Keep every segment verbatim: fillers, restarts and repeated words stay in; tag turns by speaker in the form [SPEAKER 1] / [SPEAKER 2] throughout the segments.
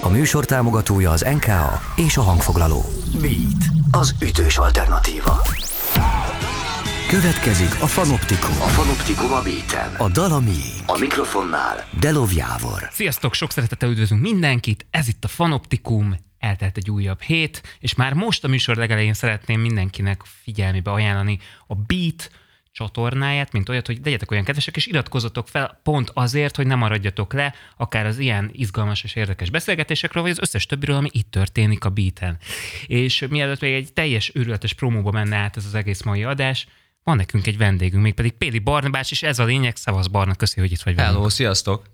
[SPEAKER 1] A műsor támogatója az en ká á és a hangfoglaló. Beat, az ütős alternatíva. Következik a Fanoptikum. A Fanoptikum a Beaten. A dal a mié. A mikrofonnál Delov Jávor.
[SPEAKER 2] Sziasztok, sok szeretettel üdvözlünk mindenkit. Ez itt a Fanoptikum. Eltelt egy újabb hét, és már most a műsor legelején szeretném mindenkinek figyelmébe ajánlani a Beat csatornáját, mint olyat, hogy legyetek olyan kedvesek, és iratkozzatok fel pont azért, hogy ne maradjatok le akár az ilyen izgalmas és érdekes beszélgetésekről, vagy az összes többiről, ami itt történik a Beaten. És mielőtt még egy teljes őrületes promóba menne át ez az egész mai adás, van nekünk egy vendégünk, mégpedig Péli Barnabás, és ez a lényeg. Szevasz Barna, köszi, hogy itt vagy velünk.
[SPEAKER 3] Hello, sziasztok!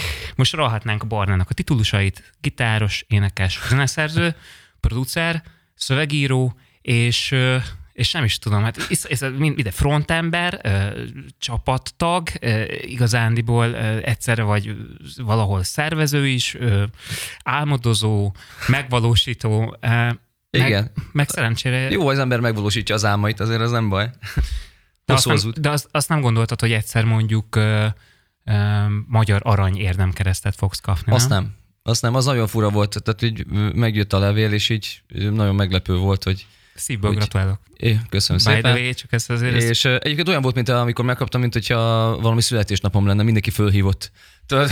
[SPEAKER 3] Igen.
[SPEAKER 2] Meg, meg szerencsére...
[SPEAKER 3] Jó, az ember megvalósítja az álmait, azért az nem baj.
[SPEAKER 2] De, azt nem, de azt, azt nem gondoltad, hogy egyszer mondjuk ö, ö, magyar arany érdemkeresztet fogsz kapni,
[SPEAKER 3] Azt
[SPEAKER 2] nem?
[SPEAKER 3] nem. Azt nem, az nagyon fura volt, tehát így megjött a levél, és így nagyon meglepő volt, hogy...
[SPEAKER 2] Szívből gratulálok.
[SPEAKER 3] É, köszönöm szépen.
[SPEAKER 2] By the way, csak ezt azért...
[SPEAKER 3] És ezt... egyébként olyan volt, mint amikor megkaptam, mint hogyha valami születésnapom lenne, mindenki fölhívott. Tudod?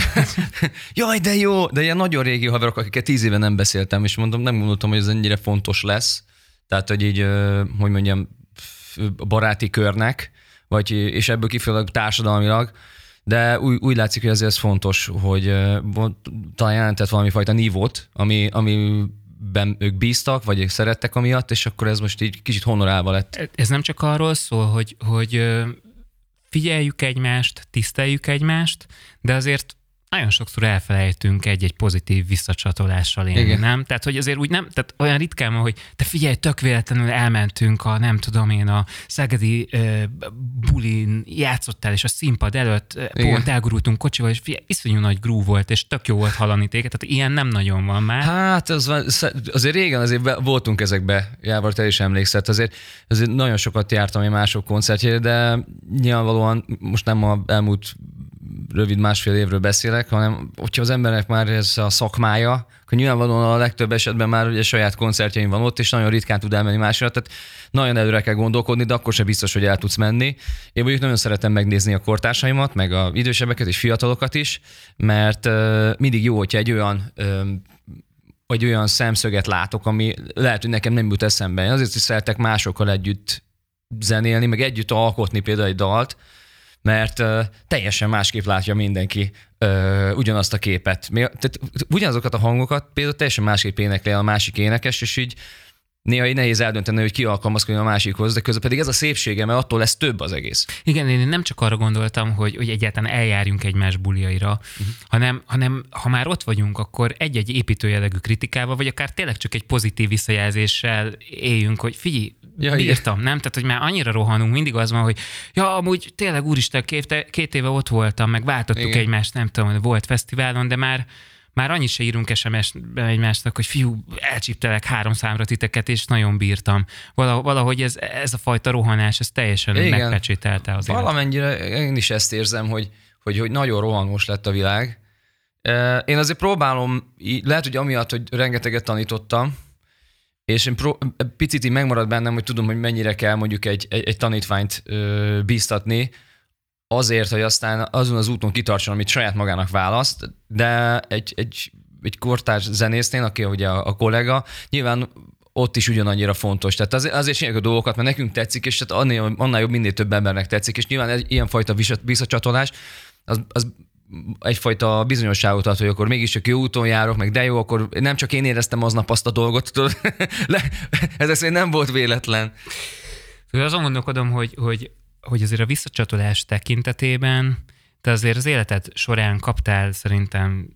[SPEAKER 3] Jaj, de jó! De ilyen nagyon régi haverok, akiket tíz éve nem beszéltem, és mondom, nem gondoltam, hogy ez ennyire fontos lesz. Tehát, hogy így, hogy mondjam, baráti körnek, vagy, és ebből kifolyólag társadalmilag, de úgy, úgy látszik, hogy ezért ez fontos, hogy talán jelentett valami fajta nívót, ami, amiben ők bíztak, vagy ők szerettek amiatt, és akkor ez most így kicsit honorálva lett.
[SPEAKER 2] Ez nem csak arról szól, hogy, hogy figyeljük egymást, tiszteljük egymást, de azért nagyon sokszor elfelejtünk egy-egy pozitív visszacsatolással élni, igen. Nem? Tehát, hogy azért úgy nem, tehát olyan ritkán van, hogy te figyelj, tök véletlenül elmentünk a, nem tudom én, a szegedi uh, bulin játszottál, és a színpad előtt uh, pont elgurultunk kocsival, és figyelj, iszonyú nagy grú volt, és tök jó volt hallani téged, tehát ilyen nem nagyon van már.
[SPEAKER 3] Hát az van, azért régen azért voltunk ezekbe, Jávor, te is emlékszel, azért, azért nagyon sokat jártam én mások koncertjére, de nyilvánvalóan most nem a elmúlt rövid másfél évről beszélek, hanem hogyha az embernek már ez a szakmája, akkor nyilvánvalóan a legtöbb esetben már ugye saját koncertjeim van ott, és nagyon ritkán tud elmenni másra, tehát nagyon előre kell gondolkodni, de akkor sem biztos, hogy el tudsz menni. Én mondjuk nagyon szeretem megnézni a kortársaimat, meg a idősebbeket és fiatalokat is, mert uh, mindig jó, hogyha egy olyan uh, vagy olyan szemszöget látok, ami lehet, hogy nekem nem jut eszembe. Én azért is szeretek másokkal együtt zenélni, meg együtt alkotni például egy dalt, mert uh, teljesen másképp látja mindenki uh, ugyanazt a képet. Tehát ugyanazokat a hangokat például teljesen másképp énekli a másik énekes, és így néha így nehéz eldönteni, hogy ki alkalmazkodjon a másikhoz, de közben pedig ez a szépsége, mert attól lesz több az egész.
[SPEAKER 2] Igen, én nem csak arra gondoltam, hogy, hogy egyáltalán eljárjunk egymás buliaira, uh-huh. hanem, hanem ha már ott vagyunk, akkor egy-egy építőjellegű kritikával, vagy akár tényleg csak egy pozitív visszajelzéssel éljünk, hogy figyelj, ja, bírtam, nem? Tehát, hogy már annyira rohanunk, mindig az van, hogy ja, amúgy tényleg úristen, két, két éve ott voltam, meg váltottuk igen. egymást, nem tudom, volt fesztiválon, de már Már annyit se írunk es em es-be egymásnak, hogy fiú, elcsíptelek három számra titeket, és nagyon bírtam. Valahogy ez, ez a fajta rohanás, ez teljesen igen. megpecsételte az élet.
[SPEAKER 3] Valamennyire én is ezt érzem, hogy, hogy, hogy nagyon rohanós lett a világ. Én azért próbálom, lehet, hogy amiatt, hogy rengeteget tanítottam, és én pró- picit így megmarad bennem, hogy tudom, hogy mennyire kell mondjuk egy, egy, egy tanítványt ö, bíztatni, azért, hogy aztán azon az úton kitartson, amit saját magának választ, de egy, egy, egy kortárs zenésznél, aki ugye a, a kollega, nyilván ott is ugyanannyira fontos. Tehát azért, azért csináljuk a dolgokat, mert nekünk tetszik, és tehát annál, annál jobb, minél több embernek tetszik, és nyilván egy ilyenfajta visszacsatolás, az, az egyfajta bizonyosságot ad, hogy akkor mégis csak jó úton járok, meg de jó, akkor nem csak én éreztem aznap azt a dolgot, tudod? Ez azért nem volt véletlen.
[SPEAKER 2] Azon gondolkodom, hogy, hogy hogy azért a visszacsatolás tekintetében te azért az életed során kaptál szerintem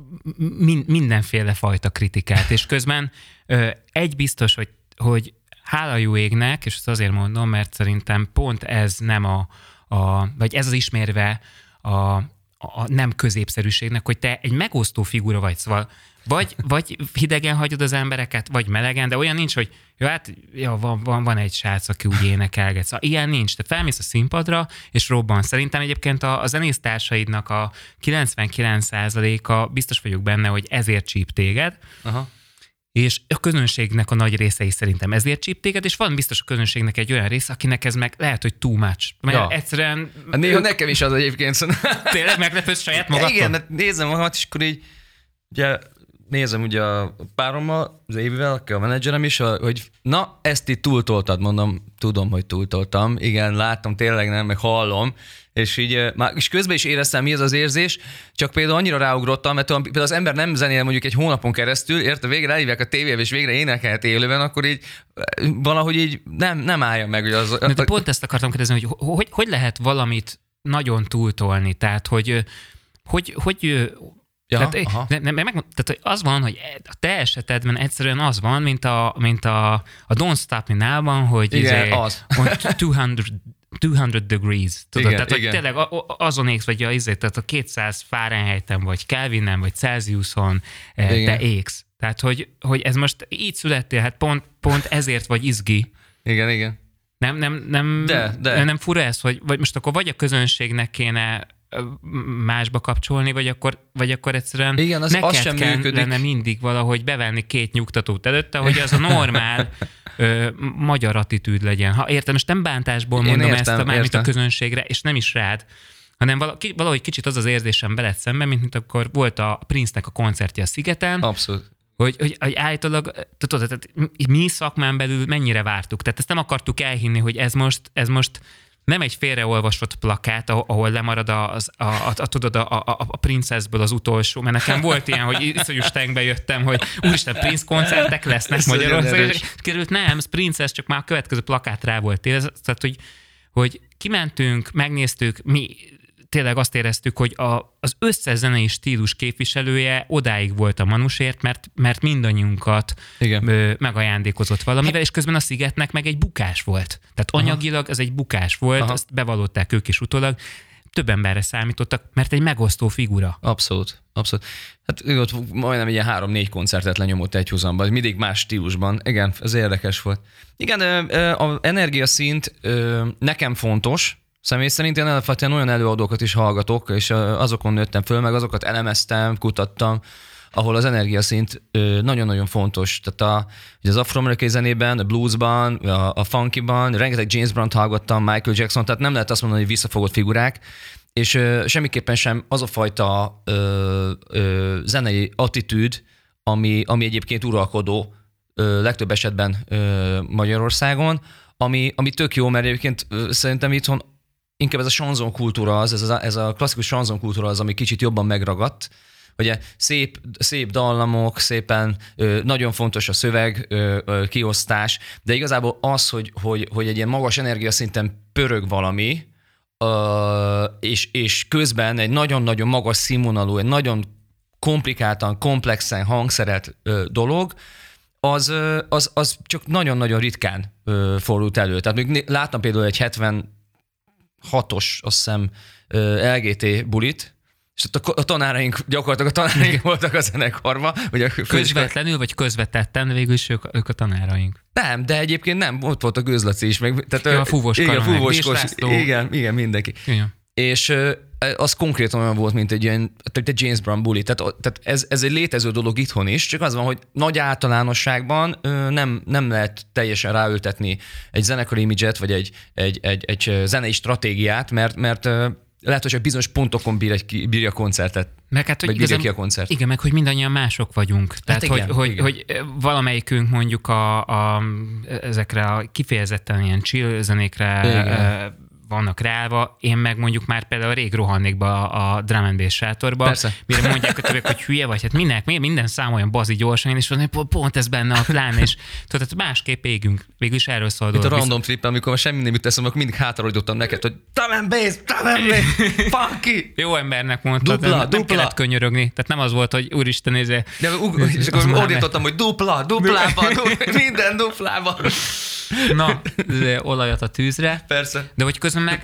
[SPEAKER 2] min- mindenféle fajta kritikát, és közben ö, egy biztos, hogy, hogy hála jó égnek, és ezt azért mondom, mert szerintem pont ez nem a, a vagy ez az ismérve a, a nem középszerűségnek, hogy te egy megosztó figura vagy, szóval vagy, vagy hidegen hagyod az embereket, vagy melegen, de olyan nincs, hogy jó, hát ja, van, van, van egy srác, aki úgy énekelget. Szóval ilyen nincs. Te felmész a színpadra, és robban. Szerintem egyébként a, a zenésztársaidnak a kilencvenkilenc százaléka biztos vagyok benne, hogy ezért csíp téged. Aha. És a közönségnek a nagy része is szerintem ezért csíp téged, és van biztos a közönségnek egy olyan része, akinek ez meg lehet, hogy too much. Mert ja. egyszerűen...
[SPEAKER 3] Néha ők... nekem is az egyébként.
[SPEAKER 2] Tényleg meglepődsz saját magadtól?
[SPEAKER 3] Igen, hát nézem magamat, és akkor így ugye nézem ugye a párommal, az Évivel, aki a menedzserem is, hogy na, ezt itt túltoltad, mondom, tudom, hogy túltoltam, igen, látom, tényleg nem, meg hallom, és így, már, és közben is éreztem, mi ez az érzés, csak például annyira ráugrottam, mert például az ember nem zenél mondjuk egy hónapon keresztül, érte, végre elhívják a tévébe, és végre énekelhet élőben, akkor így valahogy így nem, nem állja meg. Hogy az,
[SPEAKER 2] de, de pont ezt akartam kérdezni, hogy, hogy hogy lehet valamit nagyon túltolni, tehát hogy hogy, hogy Ja, tehát, ne, ne, meg, tehát az van, hogy a te esetedben egyszerűen az van, mint a, mint a, a Don't Stop Me Now-ban, hogy
[SPEAKER 3] igen, izé, az.
[SPEAKER 2] kétszáz degrees, tudod?
[SPEAKER 3] Igen,
[SPEAKER 2] tehát,
[SPEAKER 3] igen.
[SPEAKER 2] hogy tényleg azon égsz, vagy a, izé, tehát a kétszáz Fahrenheiten, vagy Kelvinen, vagy Celsiuson te égsz. Tehát, hogy, hogy ez most így születtél, hát pont, pont ezért vagy izgi.
[SPEAKER 3] Igen, igen.
[SPEAKER 2] Nem, nem, nem,
[SPEAKER 3] de, de.
[SPEAKER 2] nem fura ez, hogy vagy most akkor vagy a közönségnek kéne másba kapcsolni, vagy akkor, vagy akkor egyszerűen
[SPEAKER 3] igen, az,
[SPEAKER 2] neked
[SPEAKER 3] az sem
[SPEAKER 2] kellene mindig valahogy bevenni két nyugtatót előtte, hogy az a normál ö, magyar attitűd legyen. Ha értem, most nem bántásból mondom értem, ezt a, mármint a közönségre, és nem is rád, hanem valahogy kicsit az az érzésem veled szemben, mint, mint akkor volt a Prince-nek a koncertje a Szigeten.
[SPEAKER 3] Abszolút.
[SPEAKER 2] Hogy, hogy, hogy állítólag, tudod, tehát mi szakmán belül mennyire vártuk. Tehát ezt nem akartuk elhinni, hogy ez most, ez most nem egy félreolvasott plakát, ahol lemarad az, a, a, a, tudod, a, a, a Princessből az utolsó, mert nekem volt ilyen, hogy iszonyú stengbe jöttem, hogy úristen, Prince koncertek lesznek Magyarországon, és került, nem, ez Princess, csak már a következő plakát rá volt. Tehát, hogy, hogy kimentünk, megnéztük, mi tényleg azt éreztük, hogy a, az összes zenei stílus képviselője odáig volt a Manusért, mert, mert mindannyiunkat ö, megajándékozott valamivel, és közben a Szigetnek meg egy bukás volt. Tehát anyagilag ez egy bukás volt, aha, azt bevallották ők is utólag. Több emberre számítottak, mert egy megosztó figura.
[SPEAKER 3] Abszolút, abszolút. Hát ő ott majdnem ilyen három-négy koncertet lenyomott egy húzamban, mindig más stílusban. Igen, ez érdekes volt. Igen, az energiaszint nekem fontos. Személy szerint én alapvetően olyan előadókat is hallgatok, és azokon nőttem föl, meg azokat elemeztem, kutattam, ahol az energiaszint nagyon-nagyon fontos. Tehát a, az afroamerikai zenében, a bluesban, a, a funkyban, rengeteg James Brown-t hallgattam, Michael Jackson, tehát nem lehet azt mondani, hogy visszafogott figurák, és ö, semmiképpen sem az a fajta ö, ö, zenei attitűd, ami, ami egyébként uralkodó ö, legtöbb esetben ö, Magyarországon, ami, ami tök jó, mert egyébként ö, szerintem itthon inkább ez a chanson kultúra az, ez a, ez a klasszikus chanson kultúra az, ami kicsit jobban megragadt. Ugye szép, szép dallamok, szépen ö, nagyon fontos a szöveg, ö, ö, kiosztás, de igazából az, hogy, hogy, hogy egy ilyen magas energiaszinten pörög valami, ö, és, és közben egy nagyon-nagyon magas színvonalú, egy nagyon komplikáltan, komplexen hangszerelt ö, dolog, az, ö, az, az csak nagyon-nagyon ritkán ö, fordult elő. Tehát még láttam például egy hetvenhatos, azt hiszem, el gé té bulit, és ott a tanáraink, gyakorlatilag a tanáraink voltak a zenekarban. Vagy a
[SPEAKER 2] közvetlenül, vagy közvetetten végül is ők, ők a tanáraink.
[SPEAKER 3] Nem, de egyébként nem, ott volt a Gőzlaci is. Meg, tehát,
[SPEAKER 2] ja, a fúvós
[SPEAKER 3] igen,
[SPEAKER 2] karamell,
[SPEAKER 3] fúvós igen, igen, mindenki. Igen. És az konkrétan olyan volt, mint egy ilyen egy James Brown buli. Tehát, tehát ez, ez egy létező dolog itthon is, csak az van, hogy nagy általánosságban nem, nem lehet teljesen ráültetni egy zenekari imidzset, vagy egy, egy, egy, egy zenei stratégiát, mert, mert lehet, hogy csak bizonyos pontokon bír egy, bírja a koncertet.
[SPEAKER 2] Meg hát, hogy
[SPEAKER 3] vagy bírja ki a koncert.
[SPEAKER 2] Igen, meg hogy mindannyian mások vagyunk. Tehát, hát igen, hogy, igen. Hogy, hogy valamelyikünk mondjuk a, a, ezekre a kifejezetten ilyen chill zenékre igen. vannak ráva, én meg mondjuk már például rég rohannék be a, a drum and bass sátorba,
[SPEAKER 3] persze.
[SPEAKER 2] Mire mondják a többiek, hogy hülye vagy, hát minek, minden szám olyan bazi gyorsan, én is van, hogy pont ez benne a plán, és tudod, másképp égünk. Végül is erről szól a
[SPEAKER 3] dolog. Itt a random trip, amikor semmi nem jut eszembe, akkor mindig hátrahagyottam neked, hogy drum and bass, drum and bass, funky!
[SPEAKER 2] Jó embernek mondtad,
[SPEAKER 3] dupla,
[SPEAKER 2] nem,
[SPEAKER 3] dupla.
[SPEAKER 2] nem kellett könyörögni. Tehát nem az volt, hogy úristen, nézze.
[SPEAKER 3] De és akkor ordítottam, hogy dupla, duplába, dupla, minden duplába.
[SPEAKER 2] Na, olajat a tűzre.
[SPEAKER 3] Persze.
[SPEAKER 2] De hogy közben meg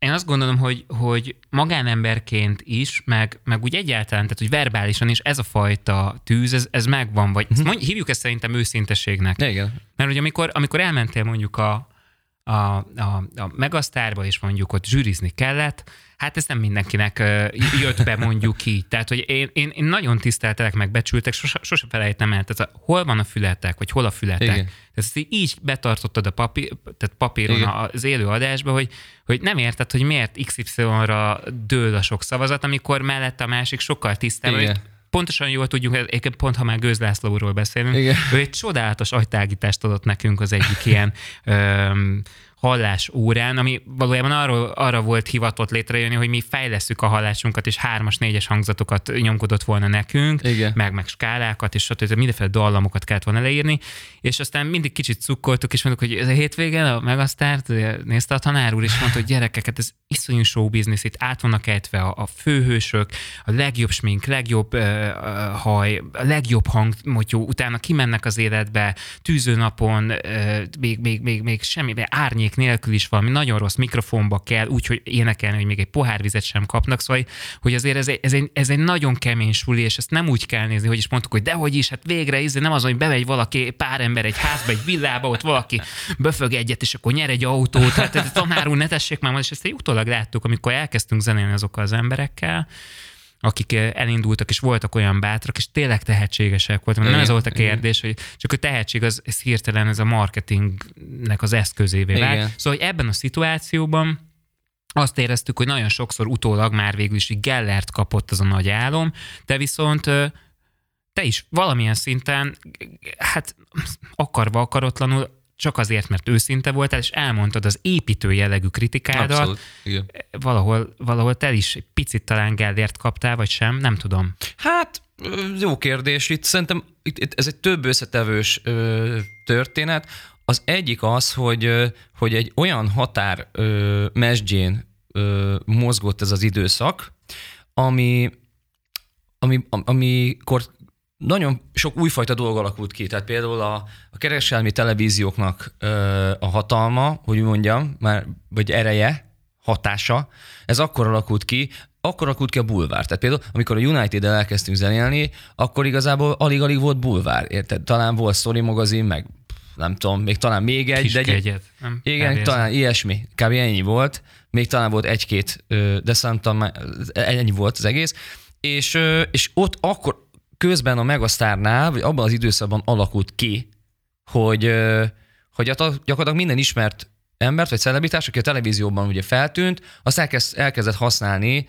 [SPEAKER 2] én azt gondolom, hogy, hogy magánemberként is, meg, meg úgy egyáltalán, tehát hogy verbálisan is ez a fajta tűz, ez, ez megvan, vagy uh-huh. mondj, hívjuk ezt szerintem őszinteségnek.
[SPEAKER 3] Igen.
[SPEAKER 2] Mert hogy amikor, amikor elmentél mondjuk a, a, a, a Megasztárba, és mondjuk ott zsűrizni kellett, hát ez nem mindenkinek uh, jött be mondjuk ki. Tehát, hogy én, én, én nagyon tiszteltelek, meg becsültek, sose, sose felejtem el. Tehát hol van a fületek, vagy hol a fületek. Igen. Tehát ezt így betartottad a papír, tehát papíron igen. az élő adásba, hogy, hogy nem érted, hogy miért iksz ipszilonra dől a sok szavazat, amikor mellett a másik sokkal tisztább. Pontosan jól tudjuk, egyébként pont, ha már Gőz Lászlóról beszélünk, igen. ő egy csodálatos agytágítást adott nekünk az egyik ilyen öm, hallás órán, ami valójában arról, arra volt hivatott létrejönni, hogy mi fejlesszük a hallásunkat, és hármas, négyes hangzatokat nyomkodott volna nekünk, igen. meg, meg skálákat, és stb. Mindenféle dallamokat kellett volna leírni, és aztán mindig kicsit cukkoltuk, és mondtuk, hogy ez a hétvégen a Megasztárt nézte a tanár úr, és mondta, hogy gyerekeket, ez iszonyú show business, itt át vannak ejtve a, a főhősök, a legjobb smink, legjobb uh, haj, a legjobb hangmotyó, utána kimennek az életbe, tűzőnapon, uh, még, még, még, még semmi, árnyék nélkül is valami nagyon rossz mikrofonba kell, úgyhogy énekelni, hogy még egy pohár vizet sem kapnak, szóval, hogy azért ez egy, ez egy, ez egy nagyon kemény suli, és ezt nem úgy kell nézni, hogy is mondtuk, hogy dehogy is, hát végre ízé, nem az, hogy bemegy valaki, pár ember egy házba, egy villába, ott valaki böfög egyet, és akkor nyer egy autót, hát tanár úr, ne tessék már, és ezt utólag láttuk, amikor elkezdtünk zenélni azokkal az emberekkel, akik elindultak, és voltak olyan bátrak, és tényleg tehetségesek voltak. Nem ez volt a kérdés, hogy csak a tehetség az, az hirtelen ez a marketingnek az eszközévé vált. Szóval, hogy ebben a szituációban azt éreztük, hogy nagyon sokszor utólag már végül is így Gellert kapott az a nagy álom, de viszont te is valamilyen szinten, hát akarva akaratlanul, csak azért, mert őszinte voltál, és elmondtad az építő jellegű kritikádat.
[SPEAKER 3] Abszolút, igen.
[SPEAKER 2] Valahol, valahol te is egy picit talán Gellért kaptál, vagy sem, nem tudom.
[SPEAKER 3] Hát, jó kérdés. Itt szerintem itt, ez egy több összetevős ö, történet. Az egyik az, hogy, hogy egy olyan határ ö, mesdjén ö, mozgott ez az időszak, ami, ami, amikor nagyon sok újfajta dolog alakult ki. Tehát például a, a kereskedelmi televízióknak ö, a hatalma, hogy mondjam, már, vagy ereje, hatása, ez akkor alakult ki, akkor alakult ki a bulvár. Tehát például, amikor a United-el elkezdtünk zenélni, akkor igazából alig-alig volt bulvár. Érted? Talán volt Story magazin, meg nem tudom, még talán még egy.
[SPEAKER 2] Kis
[SPEAKER 3] de
[SPEAKER 2] kegyet, nem?
[SPEAKER 3] Igen,
[SPEAKER 2] Elvérzem.
[SPEAKER 3] talán ilyesmi. Kb. Ennyi volt. Még talán volt egy-két, de szerintem ennyi volt az egész. És, és ott akkor közben a Megasztárnál, vagy abban az időszakban alakult ki, hogy, hogy gyakorlatilag minden ismert embert, vagy celebritás, aki a televízióban ugye feltűnt, azt elkezd, elkezdett használni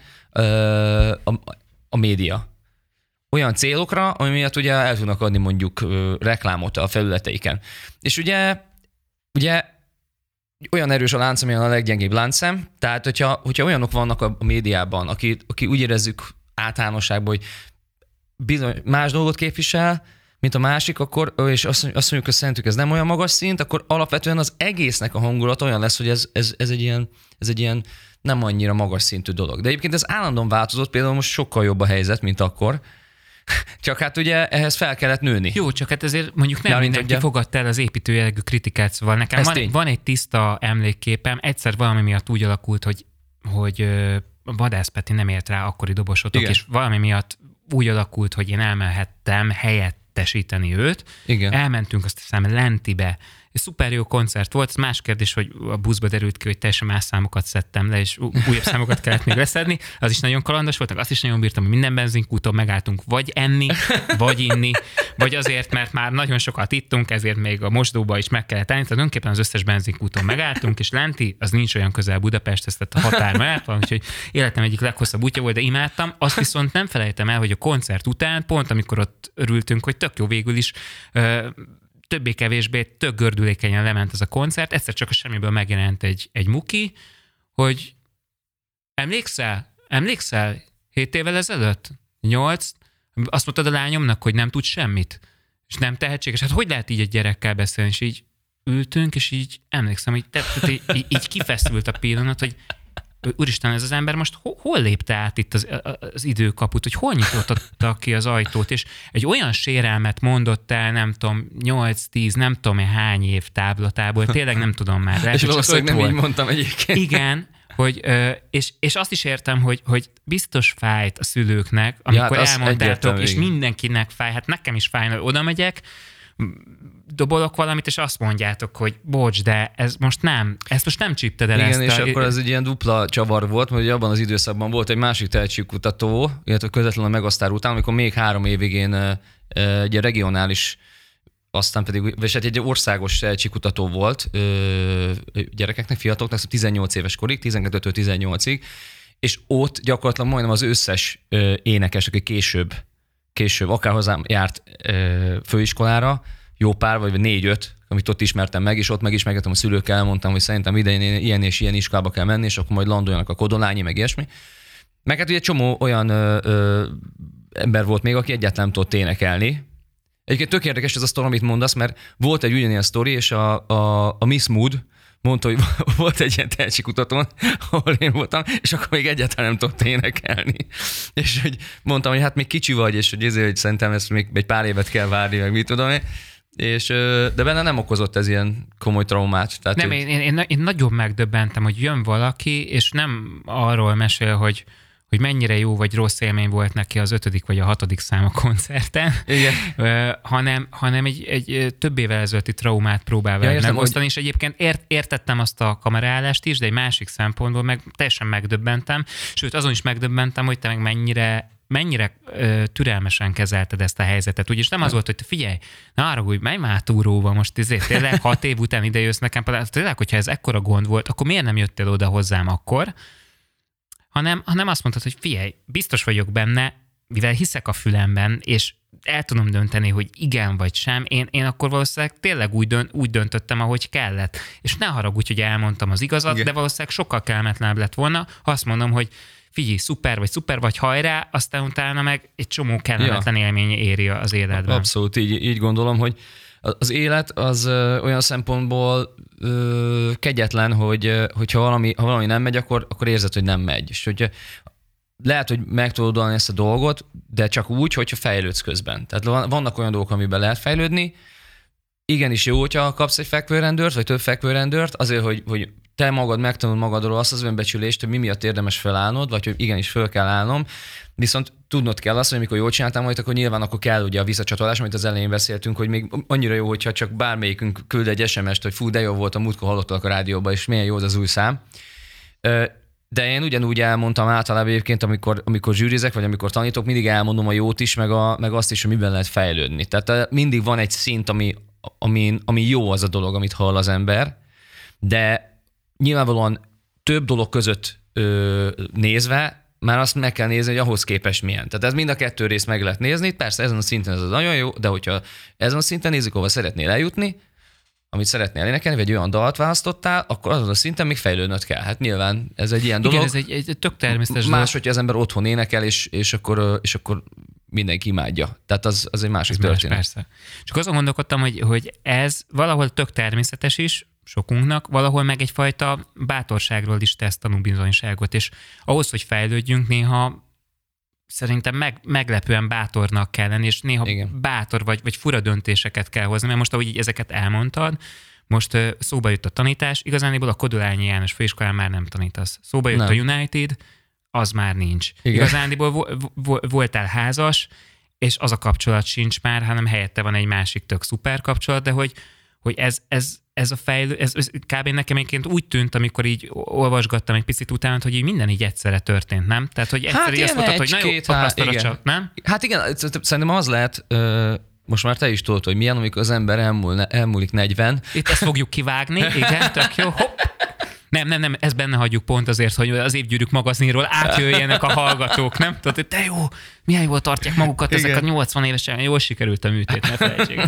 [SPEAKER 3] a, a média. Olyan célokra, ami miatt ugye el tudnak adni mondjuk reklámot a felületeiken. És ugye, ugye olyan erős a lánc, amilyen a leggyengébb láncszem, tehát hogyha, hogyha olyanok vannak a médiában, aki, aki úgy érezzük általánosságban, hogy bizony más dolgot képvisel, mint a másik, akkor, és azt mondjuk, hogy szerintük ez nem olyan magas szint, akkor alapvetően az egésznek a hangulat olyan lesz, hogy ez, ez, ez, egy, ilyen, ez egy ilyen nem annyira magas szintű dolog. De egyébként ez állandóan változott, például most sokkal jobb a helyzet, mint akkor. Csak hát ugye ehhez fel kellett nőni.
[SPEAKER 2] Jó, csak hát ezért mondjuk nem ja, mindenki ugye fogadta el az építőjellegű kritikát, szóval nekem van egy, van egy tiszta emlékképem, egyszer valami miatt úgy alakult, hogy, hogy Vadász Peti nem ért rá akkori dobosotok, igen. és valami miatt úgy alakult, hogy én elmehettem helyettesíteni őt. Igen. Elmentünk azt hiszem Lentibe. És szuper jó koncert volt. Ez más kérdés, hogy a buszba derült ki, hogy teljesen más számokat szedtem le, és újabb számokat kellett még leszedni. Az is nagyon kalandos volt, azt is nagyon bírtam, hogy minden benzinkúton megálltunk vagy enni, vagy inni, vagy azért, mert már nagyon sokat ittunk, ezért még a mosdóba is meg kellett állni. Tehát önképpen az összes benzinkúton megálltunk, és Lenti, az nincs olyan közel Budapesthez, tehát a határ mellett van, úgyhogy életem egyik leghosszabb útja volt, de imádtam. Azt viszont nem felejtem el, hogy a koncert után, pont amikor ott örültünk, hogy tök jó végül is, többé-kevésbé tök gördülékenyen lement ez a koncert, egyszer csak a semmiből megjelent egy, egy muki, hogy emlékszel? Emlékszel? Hét évvel ezelőtt? Nyolc? Azt mondtad a lányomnak, hogy nem tud semmit? És nem tehetséges? Hát hogy lehet így egy gyerekkel beszélni? És így ültünk, és így emlékszem, hogy te, te, te, így, így kifeszült a pillanat, hogy úristen, ez az ember most hol, hol lépte át itt az, az időkaput, hogy hol nyitotta ki az ajtót, és egy olyan sérelmet mondott el, nem tudom, nyolc-tíz, nem tudom hány év táblatából, tényleg nem tudom már. Lehet,
[SPEAKER 3] és valószínűleg nem volt. Így mondtam egyébként.
[SPEAKER 2] Igen, hogy, és, és azt is értem, hogy, hogy biztos fájt a szülőknek, amikor ja, hát elmondtátok, és mindenkinek fáj, hát nekem is fáj, hogy oda megyek, dobolok valamit, és azt mondjátok, hogy bocs, de ez most nem, ezt most nem csípted el.
[SPEAKER 3] Igen,
[SPEAKER 2] ezt
[SPEAKER 3] és
[SPEAKER 2] a...
[SPEAKER 3] akkor ez egy ilyen dupla csavar volt, mert abban az időszakban volt egy másik tehetségkutató, illetve közvetlenül a Megasztár után, amikor még három évig én egy regionális, aztán pedig, vagy hát egy országos tehetségkutató volt gyerekeknek, fiataloknak, tizennyolc éves korig, tizenkettőtől tizennyolcig, és ott gyakorlatilag majdnem az összes énekes, aki később később akár hozzám járt ö, főiskolára, jó pár, vagy négy-öt, amit ott ismertem meg, és ott megismerkedtem a szülőkkel, elmondtam, hogy szerintem idején ilyen és ilyen iskolába kell menni, és akkor majd landoljanak a Kodolányi, meg ilyesmi. Meg hát ugye csomó olyan ö, ö, ember volt még, aki egyáltalán nem tudott énekelni. Egyébként tök érdekes ez a sztori, amit mondasz, mert volt egy ugyanilyen sztori, és a, a, a Miss Mood mondta, hogy volt egy ilyen tehetségkutatón, ahol én voltam, és akkor még egyáltalán nem tudott énekelni. És hogy mondtam, hogy hát még kicsi vagy, és hogy ezért, hogy szerintem ezt még egy pár évet kell várni, meg mit tudom én. És, de benne nem okozott ez ilyen komoly traumát. Tehát
[SPEAKER 2] nem,
[SPEAKER 3] ő...
[SPEAKER 2] én, én, én nagyon megdöbbentem, hogy jön valaki, és nem arról mesél, hogy hogy mennyire jó vagy rossz élmény volt neki az ötödik vagy a hatodik szám a koncerten,
[SPEAKER 3] Igen.
[SPEAKER 2] hanem, hanem egy, egy több évvel ezelőtti traumát próbál veled ja, megosztani, hogy... és egyébként ért, értettem azt a kameraállást is, de egy másik szempontból meg teljesen megdöbbentem, sőt azon is megdöbbentem, hogy te meg mennyire mennyire ö, türelmesen kezelted ezt a helyzetet. Úgyis nem az volt, hogy te figyelj, na arra, hogy menj már túróba, most ezért tényleg hat év után ide jössz nekem, tényleg, hogyha ez ekkora gond volt, akkor miért nem jöttél oda hozzám akkor? Hanem, hanem azt mondtad, hogy figyelj, biztos vagyok benne, mivel hiszek a fülemben, és el tudom dönteni, hogy igen vagy sem, én, én akkor valószínűleg tényleg úgy, dönt, úgy döntöttem, ahogy kellett. És ne haragudj, hogy elmondtam az igazat, igen. De valószínűleg sokkal kellemetlenebb lett volna, ha azt mondom, hogy figyelj, szuper vagy szuper vagy hajrá, aztán utána meg egy csomó kellemetlen ja. élmény éri az életben.
[SPEAKER 3] Abszolút, így, így gondolom, hogy az élet az olyan szempontból ö, kegyetlen, hogy hogyha valami, ha valami nem megy, akkor, akkor érzed, hogy nem megy. És hogy lehet, hogy meg tudod oldani ezt a dolgot, de csak úgy, hogyha fejlődsz közben. Tehát vannak olyan dolgok, amiben lehet fejlődni. Igenis jó, hogyha kapsz egy fekvőrendőrt, vagy több fekvőrendőrt, azért, hogy, hogy te magad megtanulod magadról azt az önbecsülést, hogy mi miatt érdemes felállnod, vagy hogy igenis föl kell állnom. Viszont tudnod kell azt, hogy amikor jól csináltam majd, akkor nyilván akkor kell ugye a visszacsatolás, amit az elején beszéltünk, hogy még annyira jó, hogyha csak bármelyikünk küld egy es em es-t, hogy fú, de jó volt, a múltkor hallottak a rádióban, és milyen jó az az új szám. De én ugyanúgy elmondtam általában egyébként, amikor, amikor zsűrizek, vagy amikor tanítok, mindig elmondom a jót is, meg, a, meg azt is, hogy miben lehet fejlődni. Tehát mindig van egy szint, ami, ami, ami jó az a dolog, amit hall az ember, de nyilvánvalóan több dolog között ö, nézve, már azt meg kell nézni, hogy ahhoz képest milyen. Tehát ez mind a kettő részt meg lehet nézni. Persze ezen a szinten ez az nagyon jó, de hogyha ezen a szinten nézzük, ahol szeretnél eljutni, amit szeretnél énekelni, vagy egy olyan dalt választottál, akkor azon a szinten még fejlődnöd kell. Hát nyilván ez egy ilyen dolog.
[SPEAKER 2] Igen, ez egy, egy tök természetes
[SPEAKER 3] Más, hogyha az ember otthon énekel, és, és, akkor, és akkor mindenki imádja. Tehát az, az egy másik ez történet.
[SPEAKER 2] Más, persze. Csak azon gondolkodtam, hogy, hogy ez valahol tök természetes is, sokunknak, valahol meg egyfajta bátorságról is tesz tanúbizonyságot, és ahhoz, hogy fejlődjünk, néha szerintem meg, meglepően bátornak kell lenni, és néha igen. bátor vagy, vagy fura döntéseket kell hozni, mert most, ahogy így ezeket elmondtad, most uh, szóba jött a tanítás, igazániból a Kodolányi János Főiskolán már nem tanítasz. Szóba jött nem. a United, az már nincs. Igen. Igazániból vo- vo- voltál házas, és az a kapcsolat sincs már, hanem helyette van egy másik tök szuper kapcsolat, de hogy, hogy ez, ez Ez a fejlő, ez, ez kb. Nekem egyébként úgy tűnt, amikor így olvasgattam egy picit utána, hogy így minden így egyszerre történt, nem? Tehát, hogy egyszerre hát azt mondtad, hogy na jó, tapasztalat csak, nem?
[SPEAKER 3] Hát igen, szerintem az lehet, most már te is tudod, hogy milyen, amikor az ember elmúl, elmúlik negyven.
[SPEAKER 2] Itt ezt fogjuk kivágni, igen, tök jó, hopp. Nem, nem, nem, ezt benne hagyjuk pont azért, hogy az Évgyűrűk magazinról átjöjjenek a hallgatók, nem? Tehát, hogy te jó, milyen jól tartják magukat igen. ezek a nyolcvan évesen, jól sikerült a műtét, ne felejtsék.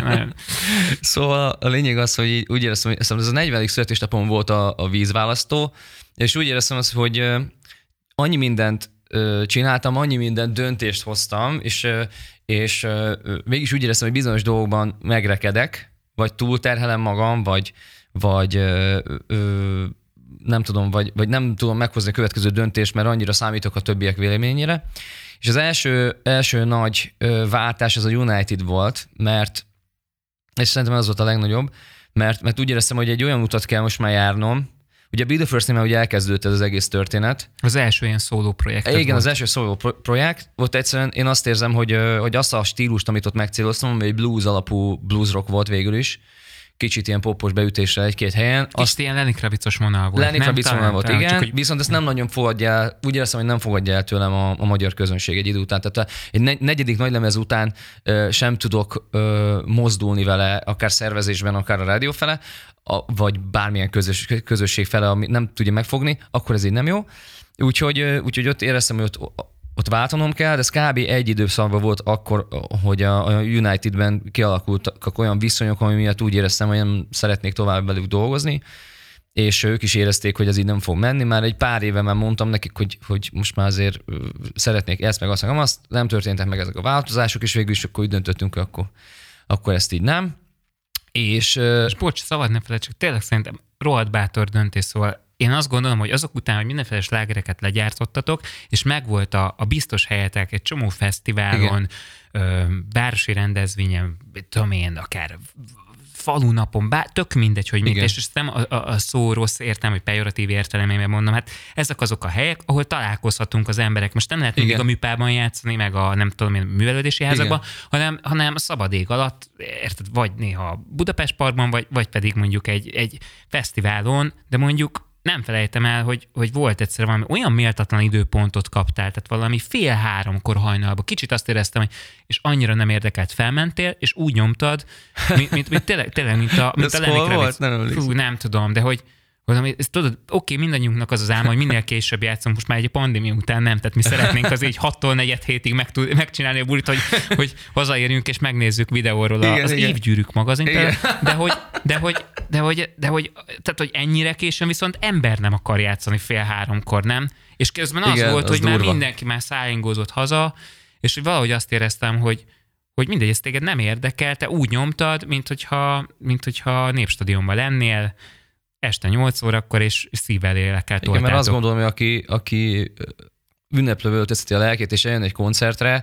[SPEAKER 3] Szóval a lényeg az, hogy úgy éreztem, hogy ez a negyvenedik születésnapom volt a, a vízválasztó, és úgy éreztem azt, hogy annyi mindent csináltam, annyi mindent döntést hoztam, és, és mégis úgy éreztem, hogy bizonyos dolgokban megrekedek, vagy túlterhelem magam, vagy, vagy ö, nem tudom, vagy, vagy nem tudom meghozni a következő döntést, mert annyira számítok a többiek véleményére. És az első, első nagy váltás az a United volt, mert, és szerintem az volt a legnagyobb, mert, mert úgy éreztem, hogy egy olyan utat kell most már járnom, Ugye Be The First-nél ugye elkezdődött ez az egész történet.
[SPEAKER 2] Az első ilyen szóló projekt.
[SPEAKER 3] Igen,
[SPEAKER 2] volt.
[SPEAKER 3] Az első szóló pro- projekt. Ott egyszerűen én azt érzem, hogy, hogy azt a stílust, amit ott megcéloztam, ami egy blues alapú blues rock volt végül is, kicsit ilyen popos beütésre egy-két helyen.
[SPEAKER 2] Kicsit azt ilyen Lenny Kravicos vonal volt.
[SPEAKER 3] Lenny Kravicos vonal volt, igen. Csak, hogy... Viszont ezt nem nagyon fogadja el, úgy érzem, hogy nem fogadja el tőlem a, a magyar közönség egy idő után. Tehát egy negyedik nagylemez után ö, sem tudok ö, mozdulni vele, akár szervezésben, akár a rádió fele, a, vagy bármilyen közös, közösség fele, ami nem tudja megfogni, akkor ez így nem jó. Úgyhogy, úgyhogy ott éreztem, hogy ott, ott váltanom kell, de ez kb. Egy időszakban volt akkor, hogy a, a Unitedben kialakultak olyan viszonyok, ami miatt úgy éreztem, hogy nem szeretnék tovább velük dolgozni, és ők is érezték, hogy ez így nem fog menni. Már egy pár éve már mondtam nekik, hogy, hogy most már azért szeretnék ezt meg azt, meg azt, nem történtek meg ezek a változások, és végül is akkor úgy döntöttünk, hogy akkor, akkor ezt így nem. És,
[SPEAKER 2] és bocs, szabad ne felejtsd, csak tényleg szerintem rohadt bátor döntés, szóval én azt gondolom, hogy azok után, hogy mindenféle slágereket legyártottatok, és megvolt a, a biztos helyetek egy csomó fesztiválon, ö, városi rendezvényen, tudom én, akár falunapon, bár, tök mindegy, hogy mit, és nem a, a, a szó rossz értelme, hogy pejoratív értelemében mondom, hát ezek azok a helyek, ahol találkozhatunk az emberek. Most nem lehet mindig Igen. a műpában játszani, meg a nem tudom én, művelődési házakban, hanem, hanem a szabad ég alatt, érted, vagy néha Budapest Parkban, vagy, vagy pedig mondjuk egy, egy fesztiválon, de mondjuk nem felejtem el, hogy, hogy volt egyszer valami olyan méltatlan időpontot kaptál, tehát valami fél háromkor hajnalban. Kicsit azt éreztem, hogy és annyira nem érdekelt, felmentél, és úgy nyomtad, mint, mint, mint tényleg, tényleg, mint a, mint a Lenny Kravitz. Nem, Fú, nem tudom, de hogy Valami, ezt tudod, oké, mindannyiunknak az az álma, hogy minél később játszunk, most már egy pandémia után nem, tehát mi szeretnénk az így hattól negyed hétig meg tud, megcsinálni a bulit, hogy, hogy hazaérjünk és megnézzük videóról a, az igen. Évgyűrűk magazint, de hogy, de hogy, de hogy, de hogy, tehát, hogy ennyire későn viszont ember nem akar játszani fél háromkor, nem? És közben az igen, volt, az hogy durva. Már mindenki már szájingózott haza, és hogy valahogy azt éreztem, hogy hogy mindegy, ezt téged nem érdekel, te úgy nyomtad, mint hogyha, mint hogyha Népstadionban lennél, este nyolc órakor, és szívvel lélekkel toltátok.
[SPEAKER 3] Igen, mert azt gondolom, hogy aki, aki ünneplőbe öltözteti a lelkét, és eljön egy koncertre,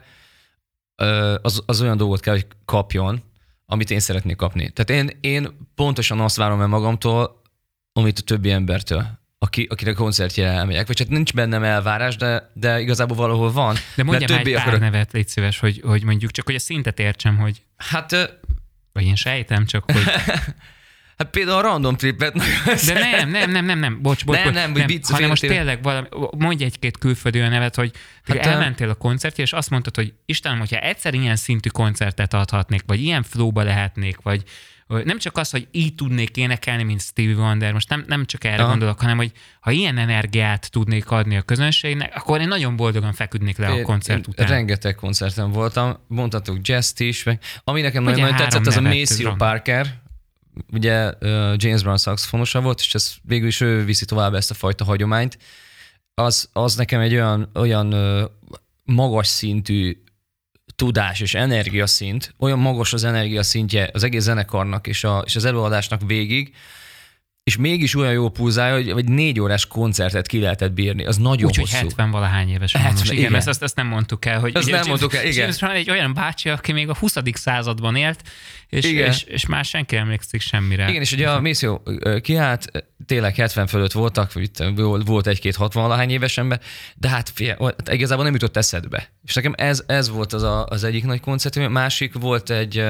[SPEAKER 3] az, az olyan dolgot kell, hogy kapjon, amit én szeretnék kapni. Tehát én, én pontosan azt várom el magamtól, amit a többi embertől, aki, akire a koncertjére elmegyek. Vagy csak nincs bennem elvárás, de, de igazából valahol van.
[SPEAKER 2] De mondjam már egy pár akarok... nevet, légy szíves, hogy, hogy mondjuk csak, hogy a szintet értsem, hogy...
[SPEAKER 3] Hát...
[SPEAKER 2] Vagy én sejtem, csak hogy...
[SPEAKER 3] Hát például a Random Tripet...
[SPEAKER 2] De nem, nem, nem, nem, nem, bocs, bocs,
[SPEAKER 3] nem,
[SPEAKER 2] bocs,
[SPEAKER 3] nem,
[SPEAKER 2] nem,
[SPEAKER 3] vicc,
[SPEAKER 2] hanem most tényleg valami, mondj egy-két külföldi olyan nevet, hogy hát elmentél a koncertje, és azt mondtad, hogy Istenem, hogyha egyszer ilyen szintű koncertet adhatnék, vagy ilyen flowba lehetnék, vagy nem csak az, hogy így tudnék énekelni, mint Stevie Wonder, most nem, nem csak erre Aha. gondolok, hanem hogy ha ilyen energiát tudnék adni a közönségnek, akkor én nagyon boldogan feküdnék le a koncert után.
[SPEAKER 3] Rengeteg koncerten voltam, mondhatok jazzt is, meg ami nekem nagyon tetszett, az a Maceo Parker, ugye James Brown szaxofonosa volt, és ez végül is ő viszi tovább ezt a fajta hagyományt. Az, az nekem egy olyan, olyan magas szintű tudás és energiaszint, olyan magas az energiaszintje az egész zenekarnak és, a, és az előadásnak végig, és mégis olyan jó pulzálja, hogy egy négy órás koncertet ki lehetett bírni. Az nagyon
[SPEAKER 2] úgy,
[SPEAKER 3] hosszú.
[SPEAKER 2] Úgyhogy hetven-valahány éves van most. Igen, igen. Ezt, ezt, ezt nem mondtuk el. Hogy
[SPEAKER 3] ezt
[SPEAKER 2] ugye,
[SPEAKER 3] nem mondtuk el, igen.
[SPEAKER 2] James Brown egy olyan bácsi, aki még a huszadik században élt, és, és, és már senki nem emlékszik semmire.
[SPEAKER 3] Igen, és ugye a Maceo kiállt, tényleg hetven fölött voltak, volt egy-két hatvan-valahány éves ember, de hát fél, igazából nem jutott eszedbe. És nekem ez, ez volt az, a, az egyik nagy koncertüm. Másik volt egy...